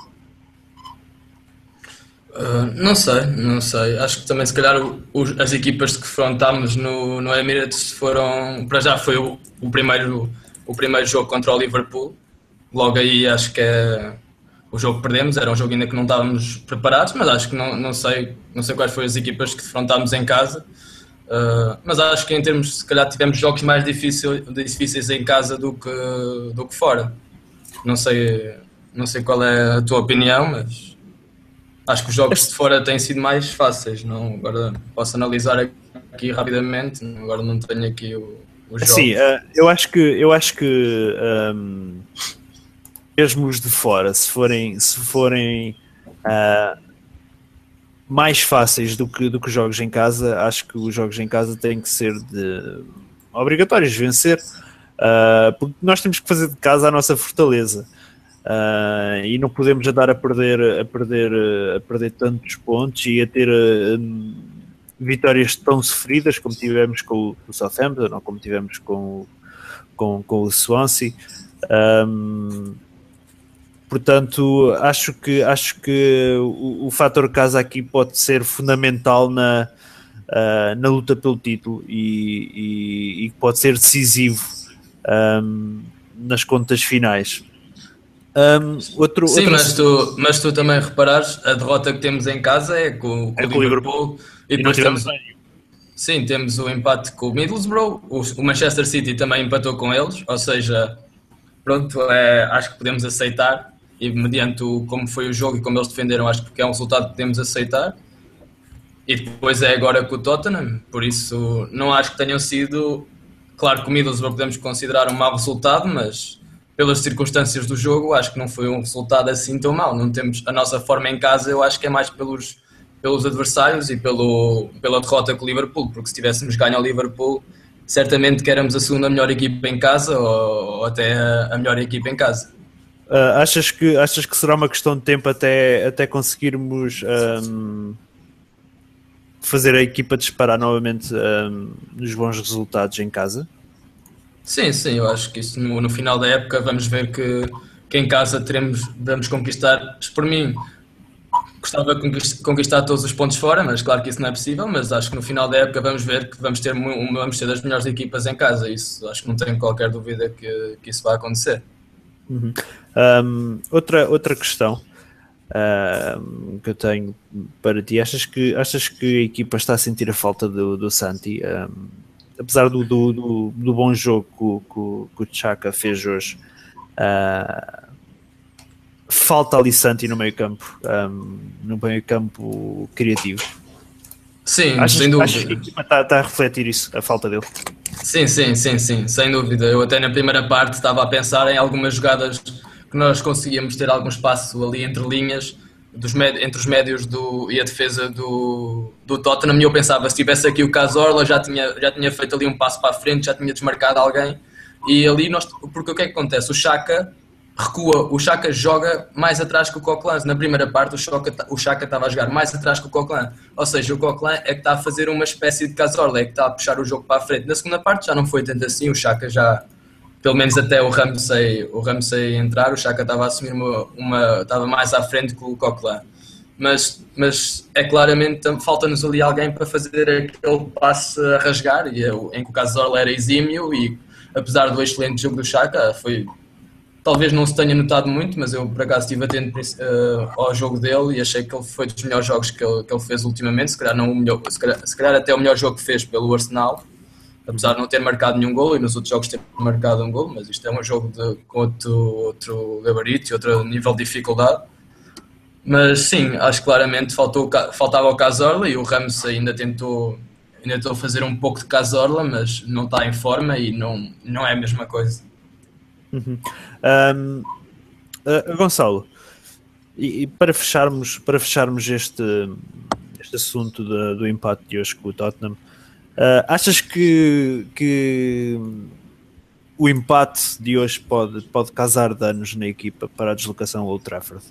Uh, não sei, não sei. Acho que também se calhar os, as equipas que defrontámos no, no Emirates foram, para já foi o, o, primeiro, o primeiro jogo contra o Liverpool. Logo aí acho que é o jogo que perdemos, era um jogo ainda que não estávamos preparados, mas acho que não, não, sei, não sei quais foram as equipas que defrontámos em casa, uh, mas acho que em termos, se calhar tivemos jogos mais difíceis, difíceis em casa do que, do que fora. Não sei, não sei qual é a tua opinião, mas acho que os jogos de fora têm sido mais fáceis. Não? Agora posso analisar aqui rapidamente, agora não tenho aqui o, o jogo. Sim, uh, eu acho que... Eu acho que um... mesmo os de fora, se forem, se forem uh, mais fáceis do que, do que os jogos em casa, acho que os jogos em casa têm que ser de, obrigatórios de vencer, uh, porque nós temos que fazer de casa a nossa fortaleza uh, e não podemos andar a perder, a, perder, a perder tantos pontos e a ter uh, vitórias tão sofridas como tivemos com o Southampton ou como tivemos com, com, com o Swansea. Um, Portanto, acho que, acho que o, o fator casa aqui pode ser fundamental na, uh, na luta pelo título e, e, e pode ser decisivo um, nas contas finais. Um, outro, Sim, outro... mas tu, mas tu também reparares, a derrota que temos em casa é com, com É o com o Liverpool, Liverpool. e E não depois tivemos temos, bem. sim, temos o empate com o Middlesbrough, o, o Manchester City também empatou com eles, ou seja, pronto, é, acho que podemos aceitar, e mediante o, como foi o jogo e como eles defenderam, acho que é um resultado que podemos aceitar. E depois é agora com o Tottenham, por isso não acho que tenham sido. Claro que o Middlesbrough podemos considerar um mau resultado, mas pelas circunstâncias do jogo, acho que não foi um resultado assim tão mau. Não temos a nossa forma em casa, eu acho que é mais pelos, pelos adversários e pelo, pela derrota com o Liverpool, porque se tivéssemos ganho ao Liverpool, certamente que éramos a segunda melhor equipa em casa ou, ou até a, a melhor equipa em casa. Uh, achas, que, achas que será uma questão de tempo até, até conseguirmos um, fazer a equipa disparar novamente um, nos bons resultados em casa? Sim, sim, eu acho que isso no, no final da época vamos ver que, que em casa teremos, vamos conquistar, por mim, gostava de conquist- conquistar todos os pontos fora, mas claro que isso não é possível, mas acho que no final da época vamos ver que vamos ter, mu- vamos ter das melhores equipas em casa, isso acho que não tenho qualquer dúvida que, que isso vai acontecer. Uhum. Um, outra, outra questão um, que eu tenho para ti, achas que, achas que a equipa está a sentir a falta do, do Santi? Um, apesar do, do, do, do bom jogo que, o- que, o- que o Xhaka fez hoje, uh, falta ali Santi no meio campo, um, no meio campo criativo. Sim, Achas, sem achas que a dúvida. equipa está, está a refletir isso, a falta dele? Sim, sim, sim, sim, sem dúvida. Eu até na primeira parte estava a pensar em algumas jogadas que nós conseguíamos ter algum espaço ali entre linhas, dos med- entre os médios do, e a defesa do, do Tottenham, e eu pensava, se tivesse aqui o Cazorla, já tinha, já tinha feito ali um passo para a frente, já tinha desmarcado alguém, e ali nós, porque o que é que acontece? O Xhaka recua, o Xhaka joga mais atrás que o Coquelin. Na primeira parte o Xhaka, o Xhaka estava a jogar mais atrás que o Coquelin, ou seja, o Coquelin é que está a fazer uma espécie de Cazorla, é que está a puxar o jogo para a frente. Na segunda parte já não foi tanto assim, o Xhaka já, pelo menos até o Ramsey, o Ramsey entrar, o Xhaka estava a assumir uma, uma estava mais à frente que o Coquelin. Mas, mas é claramente, falta-nos ali alguém para fazer aquele passe a rasgar, e eu, em que o Cazorla era exímio, e apesar do excelente jogo do Xhaka, foi... Talvez não se tenha notado muito, mas eu por acaso estive atento uh, ao jogo dele e achei que ele foi dos melhores jogos que ele, que ele fez ultimamente, se calhar, não o melhor, se, calhar, se calhar até o melhor jogo que fez pelo Arsenal, apesar de não ter marcado nenhum gol e nos outros jogos ter marcado um gol, mas isto é um jogo de, com outro, outro gabarito e outro nível de dificuldade. Mas sim, acho que claramente faltou, faltava o Cazorla, e o Ramos ainda tentou, ainda tentou fazer um pouco de Cazorla, mas não está em forma e não, não é a mesma coisa. Uhum. Um, uh, Gonçalo, e, e para fecharmos, para fecharmos este, este assunto de, do empate de hoje com o Tottenham, uh, achas que, que o empate de hoje pode, pode causar danos na equipa para a deslocação ao Old Trafford?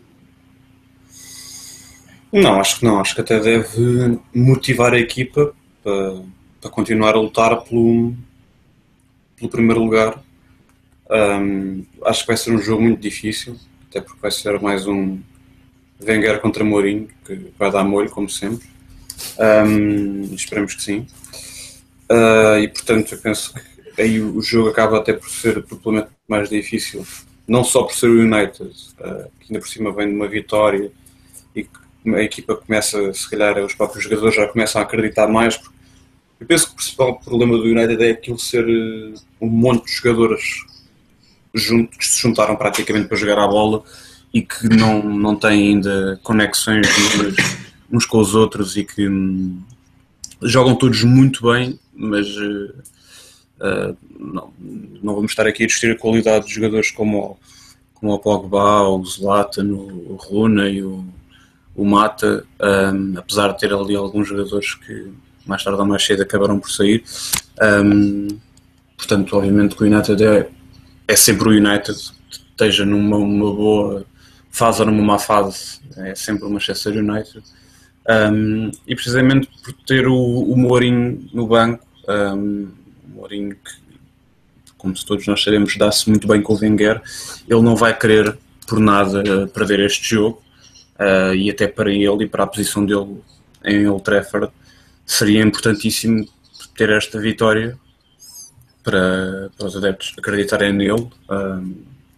Não, acho que não. Acho que até deve motivar a equipa para, para continuar a lutar pelo, pelo primeiro lugar. Um, acho que vai ser um jogo muito difícil, até porque vai ser mais um Wenger contra Mourinho, que vai dar molho, como sempre. Um, esperemos que sim. Uh, e portanto, eu penso que aí o jogo acaba até por ser propriamente mais difícil, não só por ser o United, uh, que ainda por cima vem de uma vitória e que a equipa começa, se calhar, os próprios jogadores já começam a acreditar mais. Porque eu penso que o principal problema do United é aquilo ser uh, um monte de jogadores junto, que se juntaram praticamente para jogar à bola e que não, não têm ainda conexões uns com os outros e que hum, jogam todos muito bem, mas uh, uh, não, não vamos estar aqui a discutir a qualidade de jogadores como o, como o Pogba, o Zlatan, o, o Runa e o, o Mata, um, apesar de ter ali alguns jogadores que mais tarde ou mais cedo acabaram por sair. Um, portanto, obviamente que o United é é sempre o United, esteja numa uma boa fase ou numa má fase, é sempre o Manchester United. Um, e precisamente por ter o, o Mourinho no banco, um, o Mourinho que, como todos nós sabemos, dá-se muito bem com o Wenger, ele não vai querer por nada perder este jogo, uh, e até para ele e para a posição dele em Old Trafford seria importantíssimo ter esta vitória para, para os adeptos acreditarem nele, um,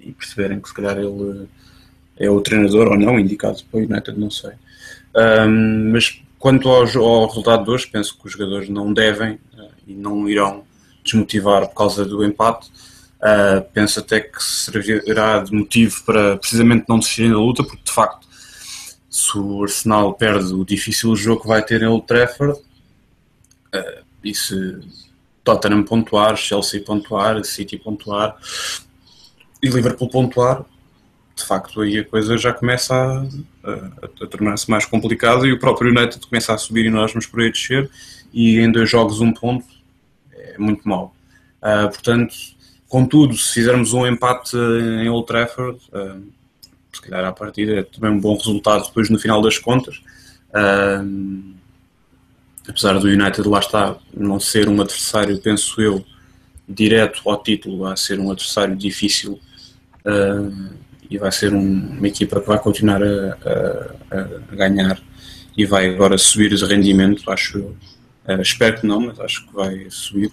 e perceberem que se calhar ele é o treinador ou não, indicado para o United, não sei. Um, mas quanto ao, ao resultado de hoje, penso que os jogadores não devem uh, e não irão desmotivar por causa do empate. Uh, penso até que servirá de motivo para precisamente não desistirem da luta, porque de facto, se o Arsenal perde o difícil jogo que vai ter em Old Trafford, uh, e se Tottenham pontuar, Chelsea pontuar, City pontuar e Liverpool pontuar, de facto aí a coisa já começa a, a, a tornar-se mais complicada e o próprio United começa a subir e nós vamos por aí descer, e em dois jogos um ponto é muito mau. Uh, portanto, contudo, se fizermos um empate em Old Trafford, uh, se calhar à partida é também um bom resultado depois no final das contas. Uh, apesar do United, lá está, não ser um adversário, penso eu, direto ao título, a ser um adversário difícil, uh, e vai ser um, uma equipa que vai continuar a, a, a ganhar e vai agora subir de rendimento, acho eu. Uh, espero que não, mas acho que vai subir.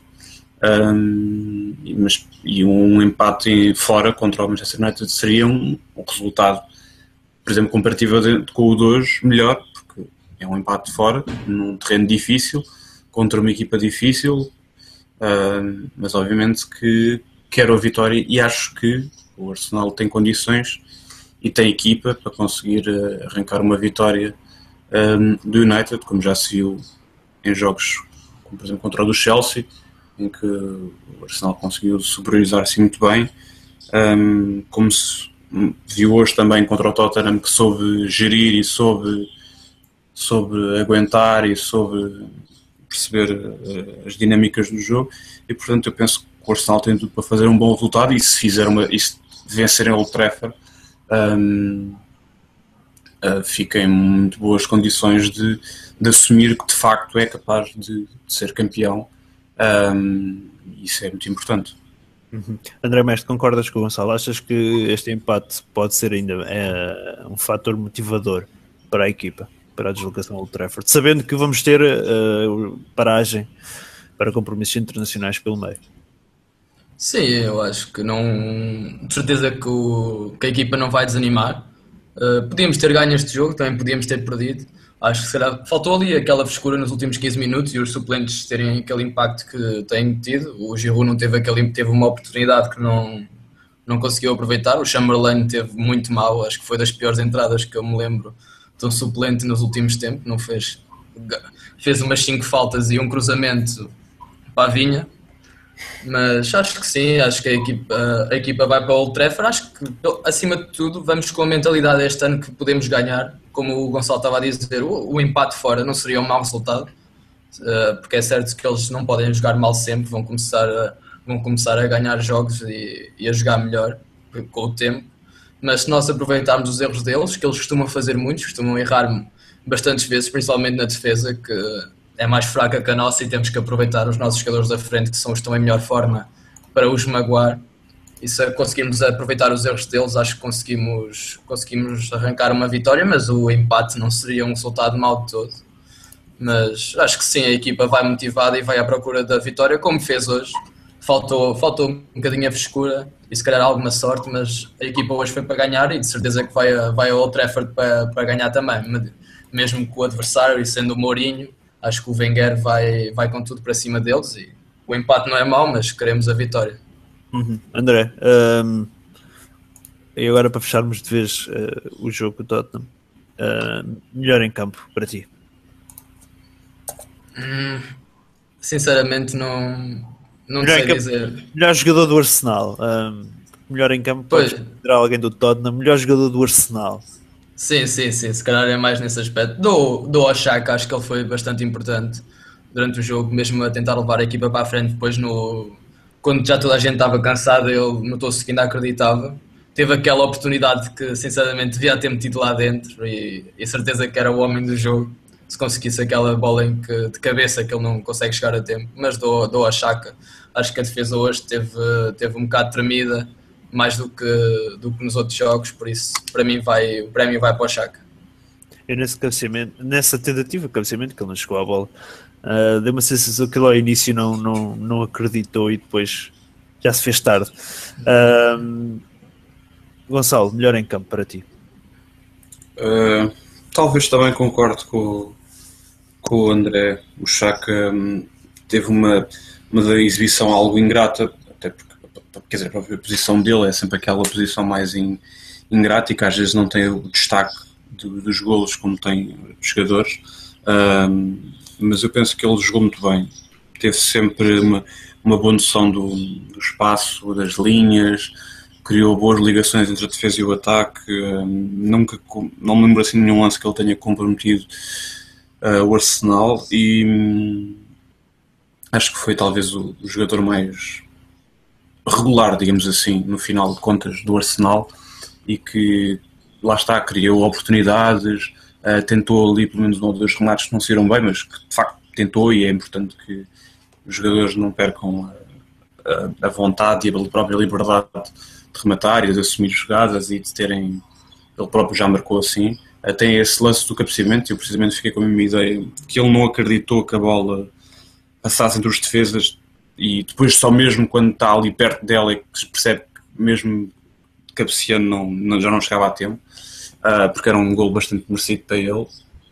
Um, e, mas, e um empate em, fora contra o Manchester United seria um, um resultado, por exemplo, comparativo com o de hoje, melhor, porque é um empate fora, num terreno difícil, contra uma equipa difícil, um, mas obviamente que quero a vitória e acho que o Arsenal tem condições e tem equipa para conseguir uh, arrancar uma vitória um, do United, como já se viu em jogos, como por exemplo contra o do Chelsea, em que o Arsenal conseguiu superiorizar-se muito bem, um, como se viu hoje também contra o Tottenham, que soube gerir e soube, soube aguentar e soube perceber uh, as dinâmicas do jogo, e portanto eu penso que o Arsenal tem tudo para fazer um bom resultado, e se fizer uma, e se vencer em Old Trafford, um, uh, fica em muito boas condições de, de assumir que de facto é capaz de, de ser campeão. Um, isso é muito importante. Uhum. André Mestre, concordas com o Gonçalo? Achas que este empate pode ser ainda é, um fator motivador para a equipa, para a deslocação ao Old Trafford, sabendo que vamos ter uh, paragem para compromissos internacionais pelo meio? Sim, eu acho que não. De certeza que, o, que a equipa não vai desanimar. Uh, podíamos ter ganho este jogo, também podíamos ter perdido. Acho que será, faltou ali aquela frescura nos últimos quinze minutos e os suplentes terem aquele impacto que têm tido. O Giroud não teve, aquele, teve uma oportunidade que não, não conseguiu aproveitar. O Chamberlain teve muito mal, acho que foi das piores entradas que eu me lembro de um suplente nos últimos tempos. Não fez, fez umas cinco faltas e um cruzamento para a Vinha. Mas acho que sim, acho que a equipa, a equipa vai para o Old Trafford. Acho que, acima de tudo, vamos com a mentalidade este ano que podemos ganhar. Como o Gonçalo estava a dizer, o, o empate fora não seria um mau resultado, uh, porque é certo que eles não podem jogar mal sempre, vão começar a, vão começar a ganhar jogos e, e a jogar melhor com o tempo. Mas se nós aproveitarmos os erros deles, que eles costumam fazer muitos, costumam errar bastantes vezes, principalmente na defesa, que é mais fraca que a nossa, e temos que aproveitar os nossos jogadores da frente, que são os que estão em melhor forma, para os magoar. E se conseguirmos aproveitar os erros deles, acho que conseguimos, conseguimos arrancar uma vitória, mas o empate não seria um resultado mau de todo. Mas acho que sim, a equipa vai motivada e vai à procura da vitória, como fez hoje. Faltou, faltou um bocadinho a frescura e se calhar alguma sorte, mas a equipa hoje foi para ganhar e de certeza que vai, a, vai ao Old Trafford para, para ganhar também. Mesmo com o adversário e sendo o Mourinho, acho que o Wenger vai, vai com tudo para cima deles e o empate não é mau, mas queremos a vitória. Uhum. André, um, e agora para fecharmos de vez uh, o jogo com o Tottenham, uh, melhor em campo para ti? Hum, sinceramente não, não melhor sei campo, dizer. Melhor jogador do Arsenal, um, melhor em campo, podes considerar alguém do Tottenham, melhor jogador do Arsenal. Sim, sim, sim, se calhar é mais nesse aspecto. Dou, dou ao Xhaka, acho que ele foi bastante importante durante o jogo, mesmo a tentar levar a equipa para a frente. Depois, no, quando já toda a gente estava cansada, ele notou-se que ainda acreditava. Teve aquela oportunidade que, sinceramente, devia ter metido lá dentro e, e certeza que era o homem do jogo, se conseguisse aquela bola em que, de cabeça que ele não consegue chegar a tempo. Mas dou, dou ao Xhaka. Acho que a defesa hoje teve, teve um bocado tremida, mais do que, do que nos outros jogos, por isso para mim vai, o prémio vai para o Xhaka. Eu nesse cabeceamento, nessa tentativa de cabeceamento, que ele não chegou à bola, uh, deu uma sensação que ele ao início não, não, não acreditou e depois já se fez tarde. Uh, Gonçalo, melhor em campo para ti? Uh, talvez também concordo com, com o André. O Xhaka um, teve uma, uma exibição algo ingrata, até porque, quer dizer, a própria posição dele é sempre aquela posição mais in, ingrata e que às vezes não tem o destaque do, dos golos como tem os jogadores. Um, mas eu penso que ele jogou muito bem. Teve sempre uma, uma boa noção do, do espaço, das linhas, criou boas ligações entre a defesa e o ataque. Um, nunca, não me lembro assim de nenhum lance que ele tenha comprometido uh, o Arsenal e um, acho que foi talvez o, o jogador mais regular, digamos assim, no final de contas do Arsenal e que lá está, criou oportunidades, uh, tentou ali pelo menos um ou dois remates que não saíram bem, mas que de facto tentou e é importante que os jogadores não percam a, a, a vontade e a própria liberdade de rematar e de assumir jogadas e de terem, ele próprio já marcou assim. Uh, tem esse lance do cabeceamento e eu precisamente fiquei com a mesma ideia que ele não acreditou que a bola passasse entre os defesas e depois só mesmo quando está ali perto dela é que se percebe que mesmo cabeceando não, não, já não chegava a tempo, uh, porque era um gol bastante merecido para ele.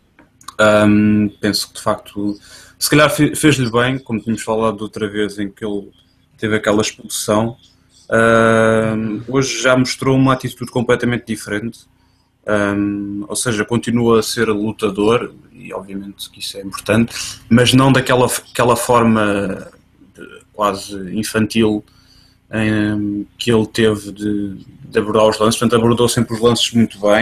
Um, penso que de facto se calhar fez-lhe bem, como tínhamos falado outra vez em que ele teve aquela expulsão. Uh, hoje já mostrou uma atitude completamente diferente, um, ou seja, continua a ser lutador e obviamente que isso é importante, mas não daquela aquela forma de, quase infantil um, que ele teve de, de abordar os lances. Portanto, abordou sempre os lances muito bem,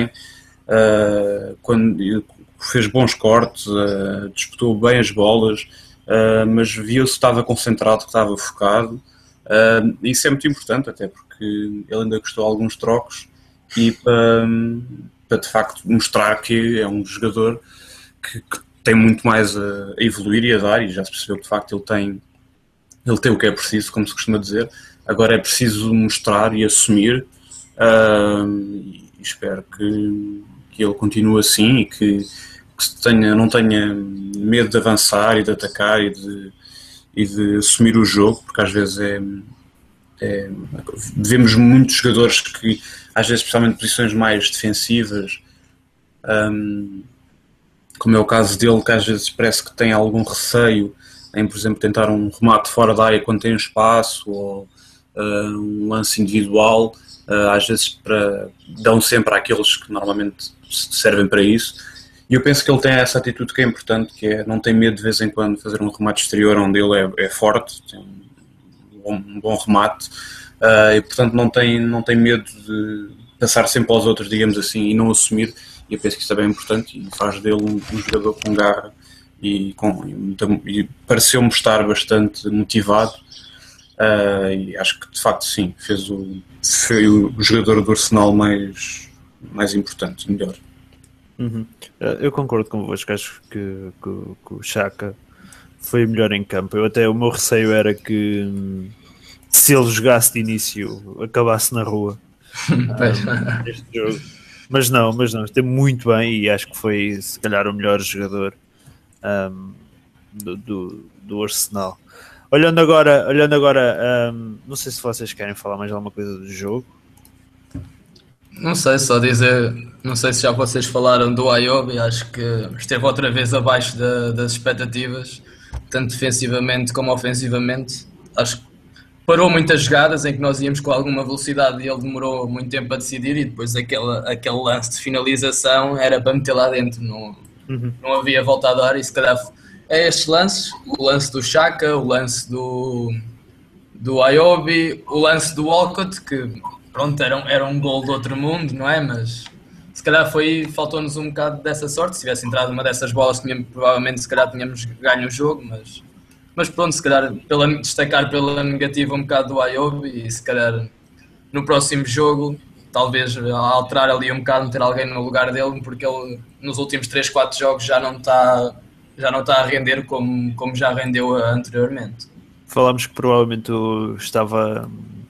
uh, quando fez bons cortes, uh, disputou bem as bolas, uh, mas viu-se que estava concentrado, que estava focado. Uh, isso é muito importante, até porque ele ainda custou alguns trocos e para, para de facto mostrar que é um jogador que, que tem muito mais a, a evoluir e a dar, e já se percebeu que de facto ele tem, ele tem o que é preciso, como se costuma dizer. Agora é preciso mostrar e assumir, uh, e espero que, que ele continue assim e que, que tenha, não tenha medo de avançar e de atacar e de e de assumir o jogo, porque às vezes é, é vemos muitos jogadores que às vezes, especialmente posições mais defensivas, um, como é o caso dele, que às vezes parece que tem algum receio em, por exemplo, tentar um remate fora da área quando tem um espaço ou uh, um lance individual, uh, às vezes para, dão sempre àqueles que normalmente servem para isso. E eu penso que ele tem essa atitude que é importante, que é não tem medo de vez em quando fazer um remate exterior onde ele é, é forte, tem um bom, um bom remate, uh, e portanto não tem, não tem medo de passar sempre aos outros, digamos assim, e não assumir. E eu penso que isso é bem importante e faz dele um, um jogador com garra e, com, e, e pareceu-me estar bastante motivado, uh, e acho que de facto sim, fez o, foi o jogador do Arsenal mais, mais importante, melhor. Uhum. Eu concordo convosco, acho que, que, que o Xhaka foi melhor em campo. Eu até, o meu receio era que se ele jogasse de início acabasse na rua um, este jogo, mas não, mas não, esteve muito bem e acho que foi se calhar o melhor jogador um, do, do, do Arsenal. Olhando agora, olhando agora um, não sei se vocês querem falar mais alguma coisa do jogo. Não sei, só dizer, não sei se já vocês falaram do Ayobi, acho que esteve outra vez abaixo da, das expectativas, tanto defensivamente como ofensivamente. Acho que parou muitas jogadas em que nós íamos com alguma velocidade e ele demorou muito tempo a decidir, e depois aquele, aquele lance de finalização era para meter lá dentro, não, uhum. não havia volta a dar, e se calhar é estes lances, o lance do Xhaka, o lance do, do Ayobi, o lance do Walcott, que pronto, era um, era um gol do outro mundo, não é? Mas se calhar foi, faltou-nos um bocado dessa sorte. Se tivesse entrado uma dessas bolas, tínhamos, provavelmente se calhar tínhamos ganho o jogo, mas, mas pronto, se calhar pela, destacar pela negativa um bocado do Ayobi e se calhar no próximo jogo talvez alterar ali um bocado, meter alguém no lugar dele, porque ele nos últimos três, quatro jogos já não está, já não está a render como, como já rendeu anteriormente. Falámos que provavelmente estava...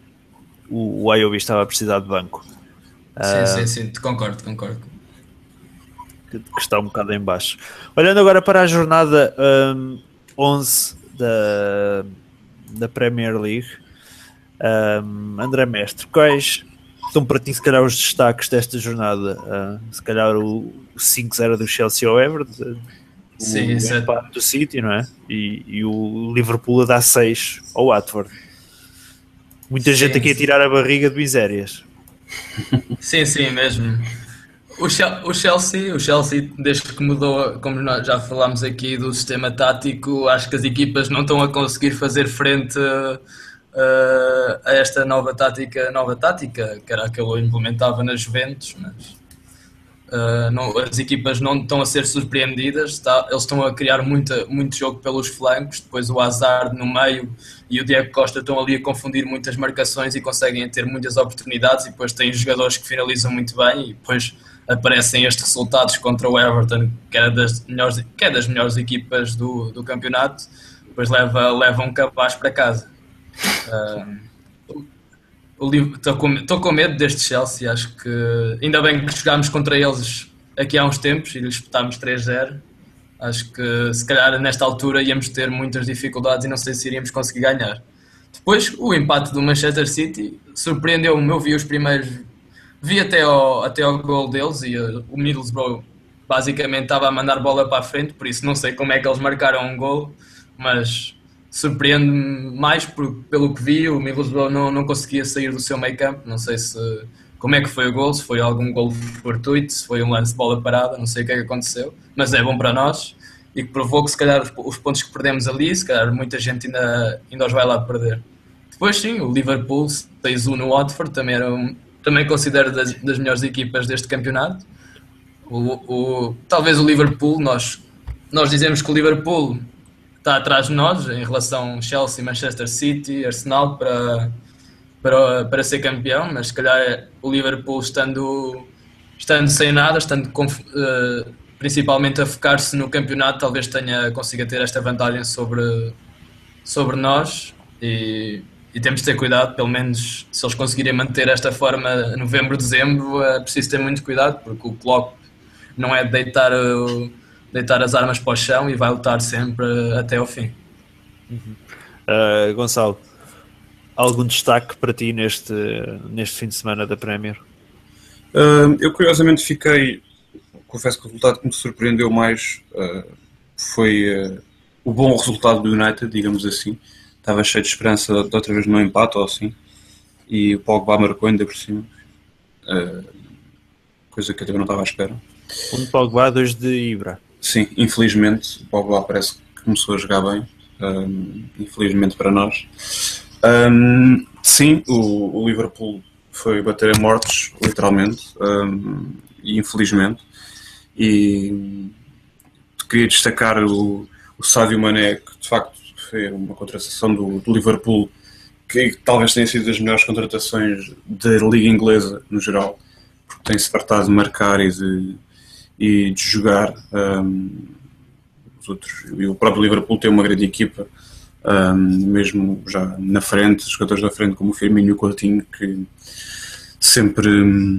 o Ayobi estava a precisar de banco. Sim, uh, sim, sim, concordo, concordo. Que, que está um bocado em baixo. Olhando agora para a jornada um, onze da, da Premier League, um, André Mestre, quais estão para ti, se calhar, os destaques desta jornada? Uh, se calhar o cinco a zero do Chelsea ao Everton, Sim, o é... empate do City, não é? E, e o Liverpool a dar seis ao Watford. Muita sim, gente aqui sim. a tirar a barriga de misérias. Sim, sim, mesmo. O Chelsea, o Chelsea, desde que mudou, como nós já falámos aqui, do sistema tático, acho que as equipas não estão a conseguir fazer frente uh, a esta nova tática, nova tática, que era a que ele implementava na Juventus, mas uh, não, as equipas não estão a ser surpreendidas, está, eles estão a criar muita, muito jogo pelos flancos, depois o Hazard no meio e o Diego Costa estão ali a confundir muitas marcações e conseguem ter muitas oportunidades, e depois têm jogadores que finalizam muito bem, e depois aparecem estes resultados contra o Everton, que é das melhores, que é das melhores equipas do, do campeonato, depois leva, leva um cabaz para casa. Estou uh, com, com medo deste Chelsea, acho que ainda bem que jogámos contra eles aqui há uns tempos e lhes espetámos três a zero. Acho que se calhar nesta altura íamos ter muitas dificuldades e não sei se iríamos conseguir ganhar. Depois o empate do Manchester City surpreendeu-me, eu vi os primeiros... Vi até ao, até ao gol deles e uh, o Middlesbrough basicamente estava a mandar bola para a frente, por isso não sei como é que eles marcaram um gol, mas surpreende-me mais por, pelo que vi. O Middlesbrough não, não conseguia sair do seu meio campo, não sei se como é que foi o gol, se foi algum gol fortuito, se foi um lance de bola parada, não sei o que é que aconteceu, mas é bom para nós e que provou que se calhar os, os pontos que perdemos ali, se calhar muita gente ainda, ainda os vai lá perder. Depois sim, o Liverpool seis a um no Watford, também era um também considero das, das melhores equipas deste campeonato. O, o, talvez o Liverpool, nós, nós dizemos que o Liverpool está atrás de nós em relação a Chelsea, Manchester City, Arsenal para, para, para ser campeão, mas se calhar o Liverpool estando, estando sem nada, estando uh, principalmente a focar-se no campeonato, talvez tenha, consiga ter esta vantagem sobre, sobre nós, e E temos de ter cuidado, pelo menos se eles conseguirem manter esta forma novembro, dezembro, é preciso ter muito cuidado, porque o Klopp não é deitar, deitar as armas para o chão e vai lutar sempre até ao fim. Uhum. Uh, Gonçalo, algum destaque para ti neste, neste fim de semana da Premier? Uh, eu curiosamente fiquei, confesso que o resultado que me surpreendeu mais uh, foi uh, o bom resultado do United, digamos assim. Estava cheio de esperança de outra vez no empate ou assim, e o Pogba marcou ainda por cima, uh, coisa que eu também não estava à espera. Um de Pogba, dois de Ibra. Sim, infelizmente o Pogba parece que começou a jogar bem, um, infelizmente para nós. Um, sim, o, o Liverpool foi bater a mortos, literalmente, um, e infelizmente, e queria destacar o, o Sadio Mané, que de facto foi uma contratação do, do Liverpool que, que talvez tenha sido das melhores contratações da Liga Inglesa no geral, porque tem-se fartado de marcar e de, e de jogar. Um, os outros, e o próprio Liverpool tem uma grande equipa, um, mesmo já na frente, jogadores da frente como o Firmino e o Coutinho, que sempre,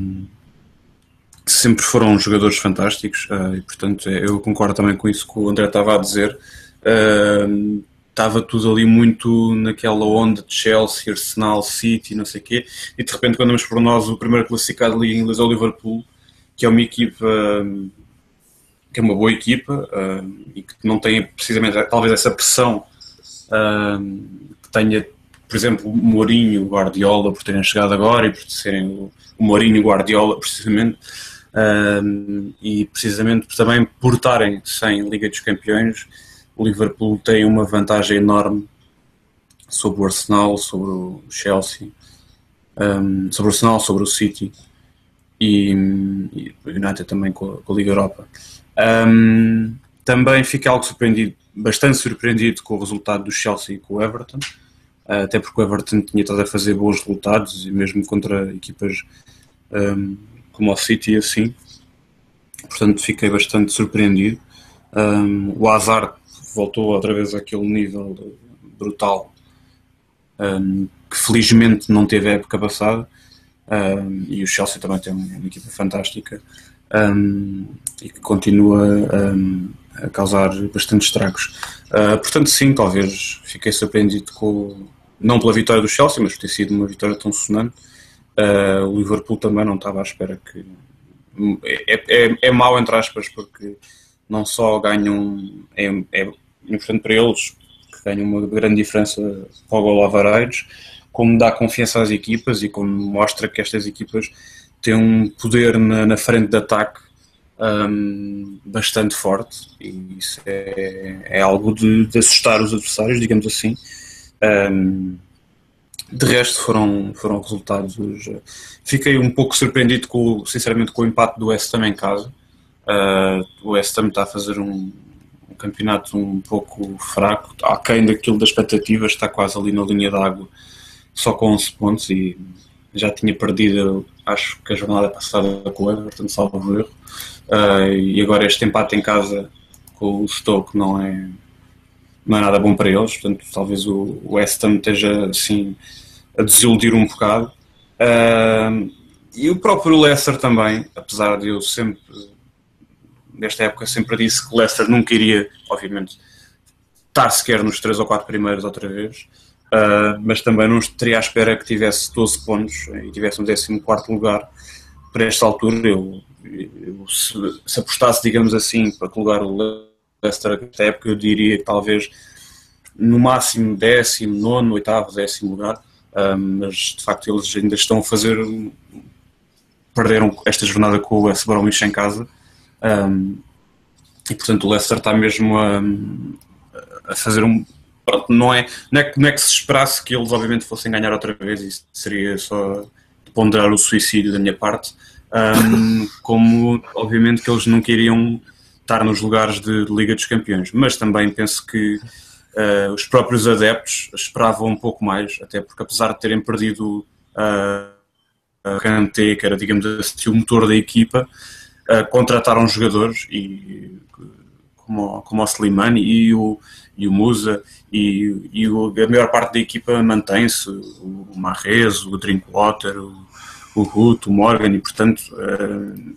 que sempre foram jogadores fantásticos, uh, e portanto eu concordo também com isso que o André estava a dizer. Uh, estava tudo ali muito naquela onda de Chelsea, Arsenal, City, não sei o quê, e de repente quando vamos por nós, o primeiro classificado da Liga Inglesa é o Liverpool, que é uma equipa, que é uma boa equipa, uh, e que não tem precisamente talvez essa pressão uh, que tenha, por exemplo, o Mourinho e o Guardiola por terem chegado agora e por serem o, o Mourinho e o Guardiola precisamente, uh, e precisamente também por estarem sem Liga dos Campeões. O Liverpool tem uma vantagem enorme sobre o Arsenal, sobre o Chelsea, um, sobre o Arsenal, sobre o City e, e o United também com a, com a Liga Europa. Um, também fiquei algo surpreendido, bastante surpreendido com o resultado do Chelsea e com o Everton, uh, até porque o Everton tinha estado a fazer bons resultados e mesmo contra equipas um, como o City e assim. Portanto, fiquei bastante surpreendido. Um, o Hazard voltou outra vez àquele nível brutal, um, que felizmente não teve a época passada, um, e o Chelsea também tem uma, uma equipa fantástica, um, e que continua um, a causar bastante estragos. Uh, portanto sim, talvez fiquei surpreendido com, não pela vitória do Chelsea, mas por ter sido uma vitória tão sonante, Uh, o Liverpool também não estava à espera que... É, é, é mau, entre aspas, porque não só ganham... É, é importante para eles, que ganham uma grande diferença para o gol Alvarez, como dá confiança às equipas e como mostra que estas equipas têm um poder na, na frente de ataque um, bastante forte, e isso é, é algo de, de assustar os adversários, digamos assim. Um, de resto foram, foram resultados. Fiquei um pouco surpreendido com, sinceramente, com o empate do West Ham em casa. Uh, o West Ham está a fazer um, um campeonato um pouco fraco, aquém daquilo das expectativas, está quase ali na linha d'água, só com onze pontos, e já tinha perdido, acho que a jornada passada com o Everton, salvo erro, uh, e agora este empate em casa com o Stoke não é, não é nada bom para eles, portanto talvez o West Ham esteja assim a desiludir um bocado, uh, e o próprio Leicester também, apesar de eu sempre, nesta época sempre disse que o Leicester nunca iria, obviamente, estar sequer nos três ou quatro primeiros outra vez. Uh, mas também não estaria à espera que tivesse doze pontos e tivesse no décimo quarto lugar para esta altura. Eu, eu se, se apostasse, digamos assim, para colocar o Leicester nesta época, eu diria que talvez no máximo décimo, nono, oitavo, décimo lugar, uh, mas de facto eles ainda estão a fazer, perderam esta jornada com o West Bromwich em casa, um, e portanto o Leicester está mesmo a, a fazer um... Pronto, não, é, não, é, não é que se esperasse que eles obviamente fossem ganhar outra vez, isso seria só ponderar o suicídio da minha parte, um, como obviamente que eles não queriam estar nos lugares de, de Liga dos Campeões, mas também penso que uh, os próprios adeptos esperavam um pouco mais, até porque apesar de terem perdido uh, a Kanté, que era, digamos assim, o motor da equipa, uh, contrataram jogadores e, como, como o Slimani e o e o Musa, e, e o, a maior parte da equipa mantém-se, o Mahrez, o Drinkwater, o, o Ruth, o Morgan, e portanto uh,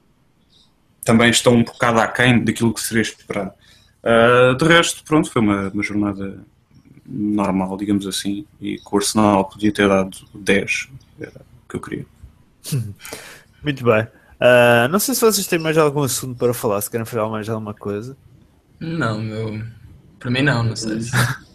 também estão um bocado aquém daquilo que seria esperado. Uh, de resto, pronto, foi uma, uma jornada normal, digamos assim, e que o Arsenal podia ter dado dez, era o que eu queria. Muito bem. Uh, não sei se vocês têm mais algum assunto para falar, se querem falar mais alguma coisa. Não, meu... Para mim não, não sei.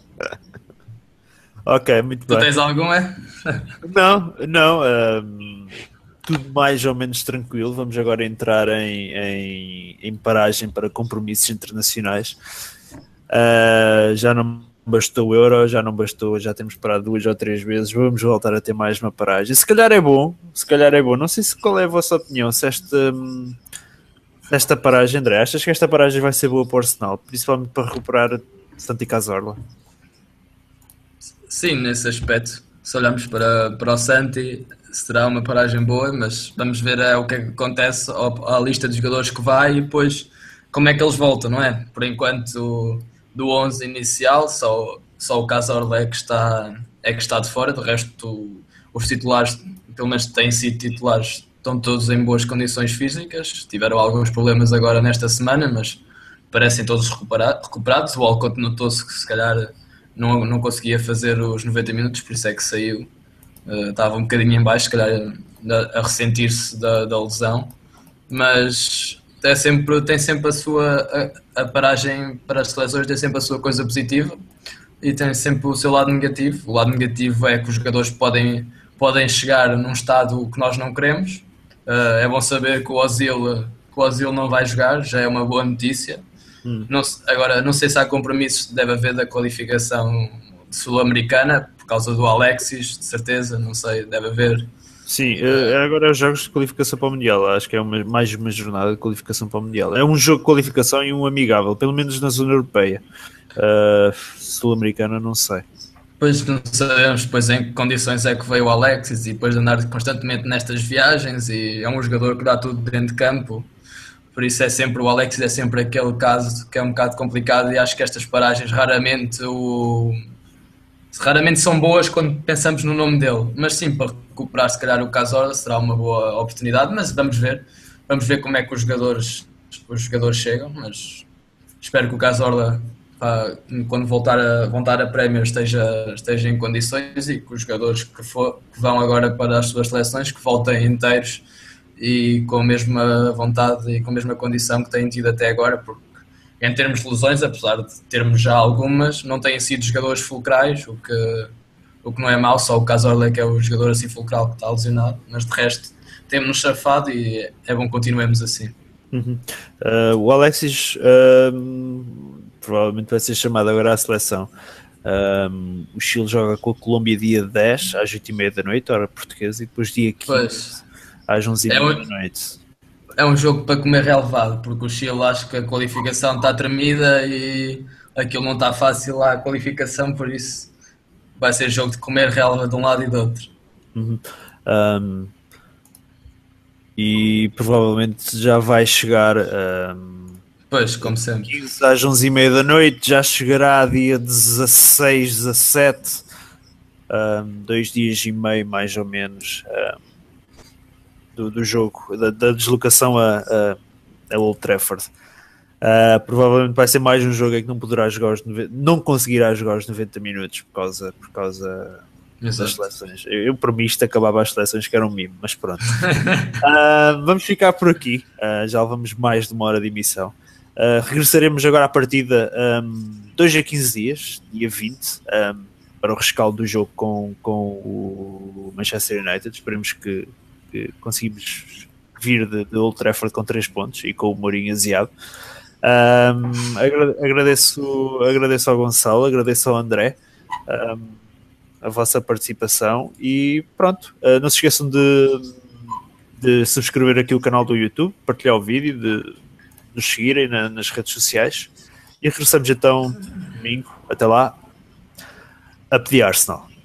Ok, muito tu bem. Tu tens algum, é? Não, não. Um, tudo mais ou menos tranquilo. Vamos agora entrar em, em, em paragem para compromissos internacionais. Uh, já não bastou o Euro, já não bastou, já temos parado duas ou três vezes. Vamos voltar a ter mais uma paragem. Se calhar é bom, se calhar é bom. Não sei se qual é a vossa opinião, se esta... Um, esta paragem, André, achas que esta paragem vai ser boa para o Arsenal, principalmente para recuperar Santi Cazorla? Sim, nesse aspecto, se olharmos para, para o Santi, será uma paragem boa, mas vamos ver é, o que é que acontece à lista de jogadores que vai e depois como é que eles voltam, não é? Por enquanto, do onze inicial, só, só o Cazorla é que está, é que está de fora, de resto os titulares, pelo menos têm sido titulares, estão todos em boas condições físicas, tiveram alguns problemas agora nesta semana, mas parecem todos recupera- recuperados. O Walcott notou-se que se calhar não, não conseguia fazer os noventa minutos, por isso é que saiu, uh, estava um bocadinho em baixo, se calhar a, a ressentir-se da, da lesão, mas é sempre, tem sempre a sua a, a paragem para as seleções, tem sempre a sua coisa positiva e tem sempre o seu lado negativo. O lado negativo é que os jogadores podem, podem chegar num estado que nós não queremos. Uh, é bom saber que o Ozil, que o Ozil não vai jogar, já é uma boa notícia. Hum. Não, agora, não sei se há compromissos que deve haver da qualificação sul-americana, por causa do Alexis, de certeza, não sei, deve haver. Sim, uh, agora é os jogos de qualificação para o Mundial, acho que é uma, mais uma jornada de qualificação para o Mundial. É um jogo de qualificação e um amigável, pelo menos na zona europeia. Uh, sul-americana, não sei. Depois não sabemos depois em que condições é que veio o Alexis e depois de andar constantemente nestas viagens, e é um jogador que dá tudo dentro de campo, por isso é sempre o Alexis, é sempre aquele caso que é um bocado complicado, e acho que estas paragens raramente o... raramente são boas quando pensamos no nome dele, mas sim, para recuperar se calhar o Cazorla será uma boa oportunidade, mas vamos ver, vamos ver como é que os jogadores, os jogadores chegam, mas espero que o Cazorla pá, quando voltar a, voltar a Premier esteja, esteja em condições e que os jogadores que, for, que vão agora para as suas seleções que voltem inteiros e com a mesma vontade e com a mesma condição que têm tido até agora, porque em termos de lesões, apesar de termos já algumas, não têm sido jogadores fulcrais, o que, o que não é mau, só o Cazorla que é o jogador assim fulcral que está lesionado, mas de resto temos-nos chafado e é bom que continuemos assim. Uhum. Uh, o Alexis uh, provavelmente vai ser chamado agora à seleção. Um, o Chile joga com a Colômbia dia dez às oito e meia da noite, hora portuguesa, e depois dia quinze pois, às onze e meia é um, da noite. É um jogo para comer relevado, porque o Chile acho que a qualificação está tremida e aquilo não está fácil lá a qualificação, por isso vai ser jogo de comer relva de um lado e do outro. Uhum. Um, e provavelmente já vai chegar um, pois, como sempre quinze às onze e meia da noite, já chegará dia dezasseis, dezassete, um, dois dias e meio mais ou menos um, do, do jogo, da, da deslocação a, a, a Old Trafford. Uh, provavelmente vai ser mais um jogo em que não poderá jogar os noventa, não conseguirá jogar os noventa minutos por causa, por causa das seleções. Eu, eu para mim isto acabava as seleções que eram um mimo, mas pronto. Uh, vamos ficar por aqui, uh, já levamos mais de uma hora de emissão. Uh, regressaremos agora à partida um, dois a quinze dias, dia vinte, um, para o rescaldo do jogo com, com o Manchester United. Esperemos que, que conseguimos vir de, de Old Trafford com três pontos e com o Mourinho aziado. Um, agradeço, agradeço ao Gonçalo, agradeço ao André um, a vossa participação e pronto, uh, não se esqueçam de, de subscrever aqui o canal do YouTube, partilhar o vídeo, de nos seguirem na, nas redes sociais e regressamos então domingo, até lá, a pedir Arsenal.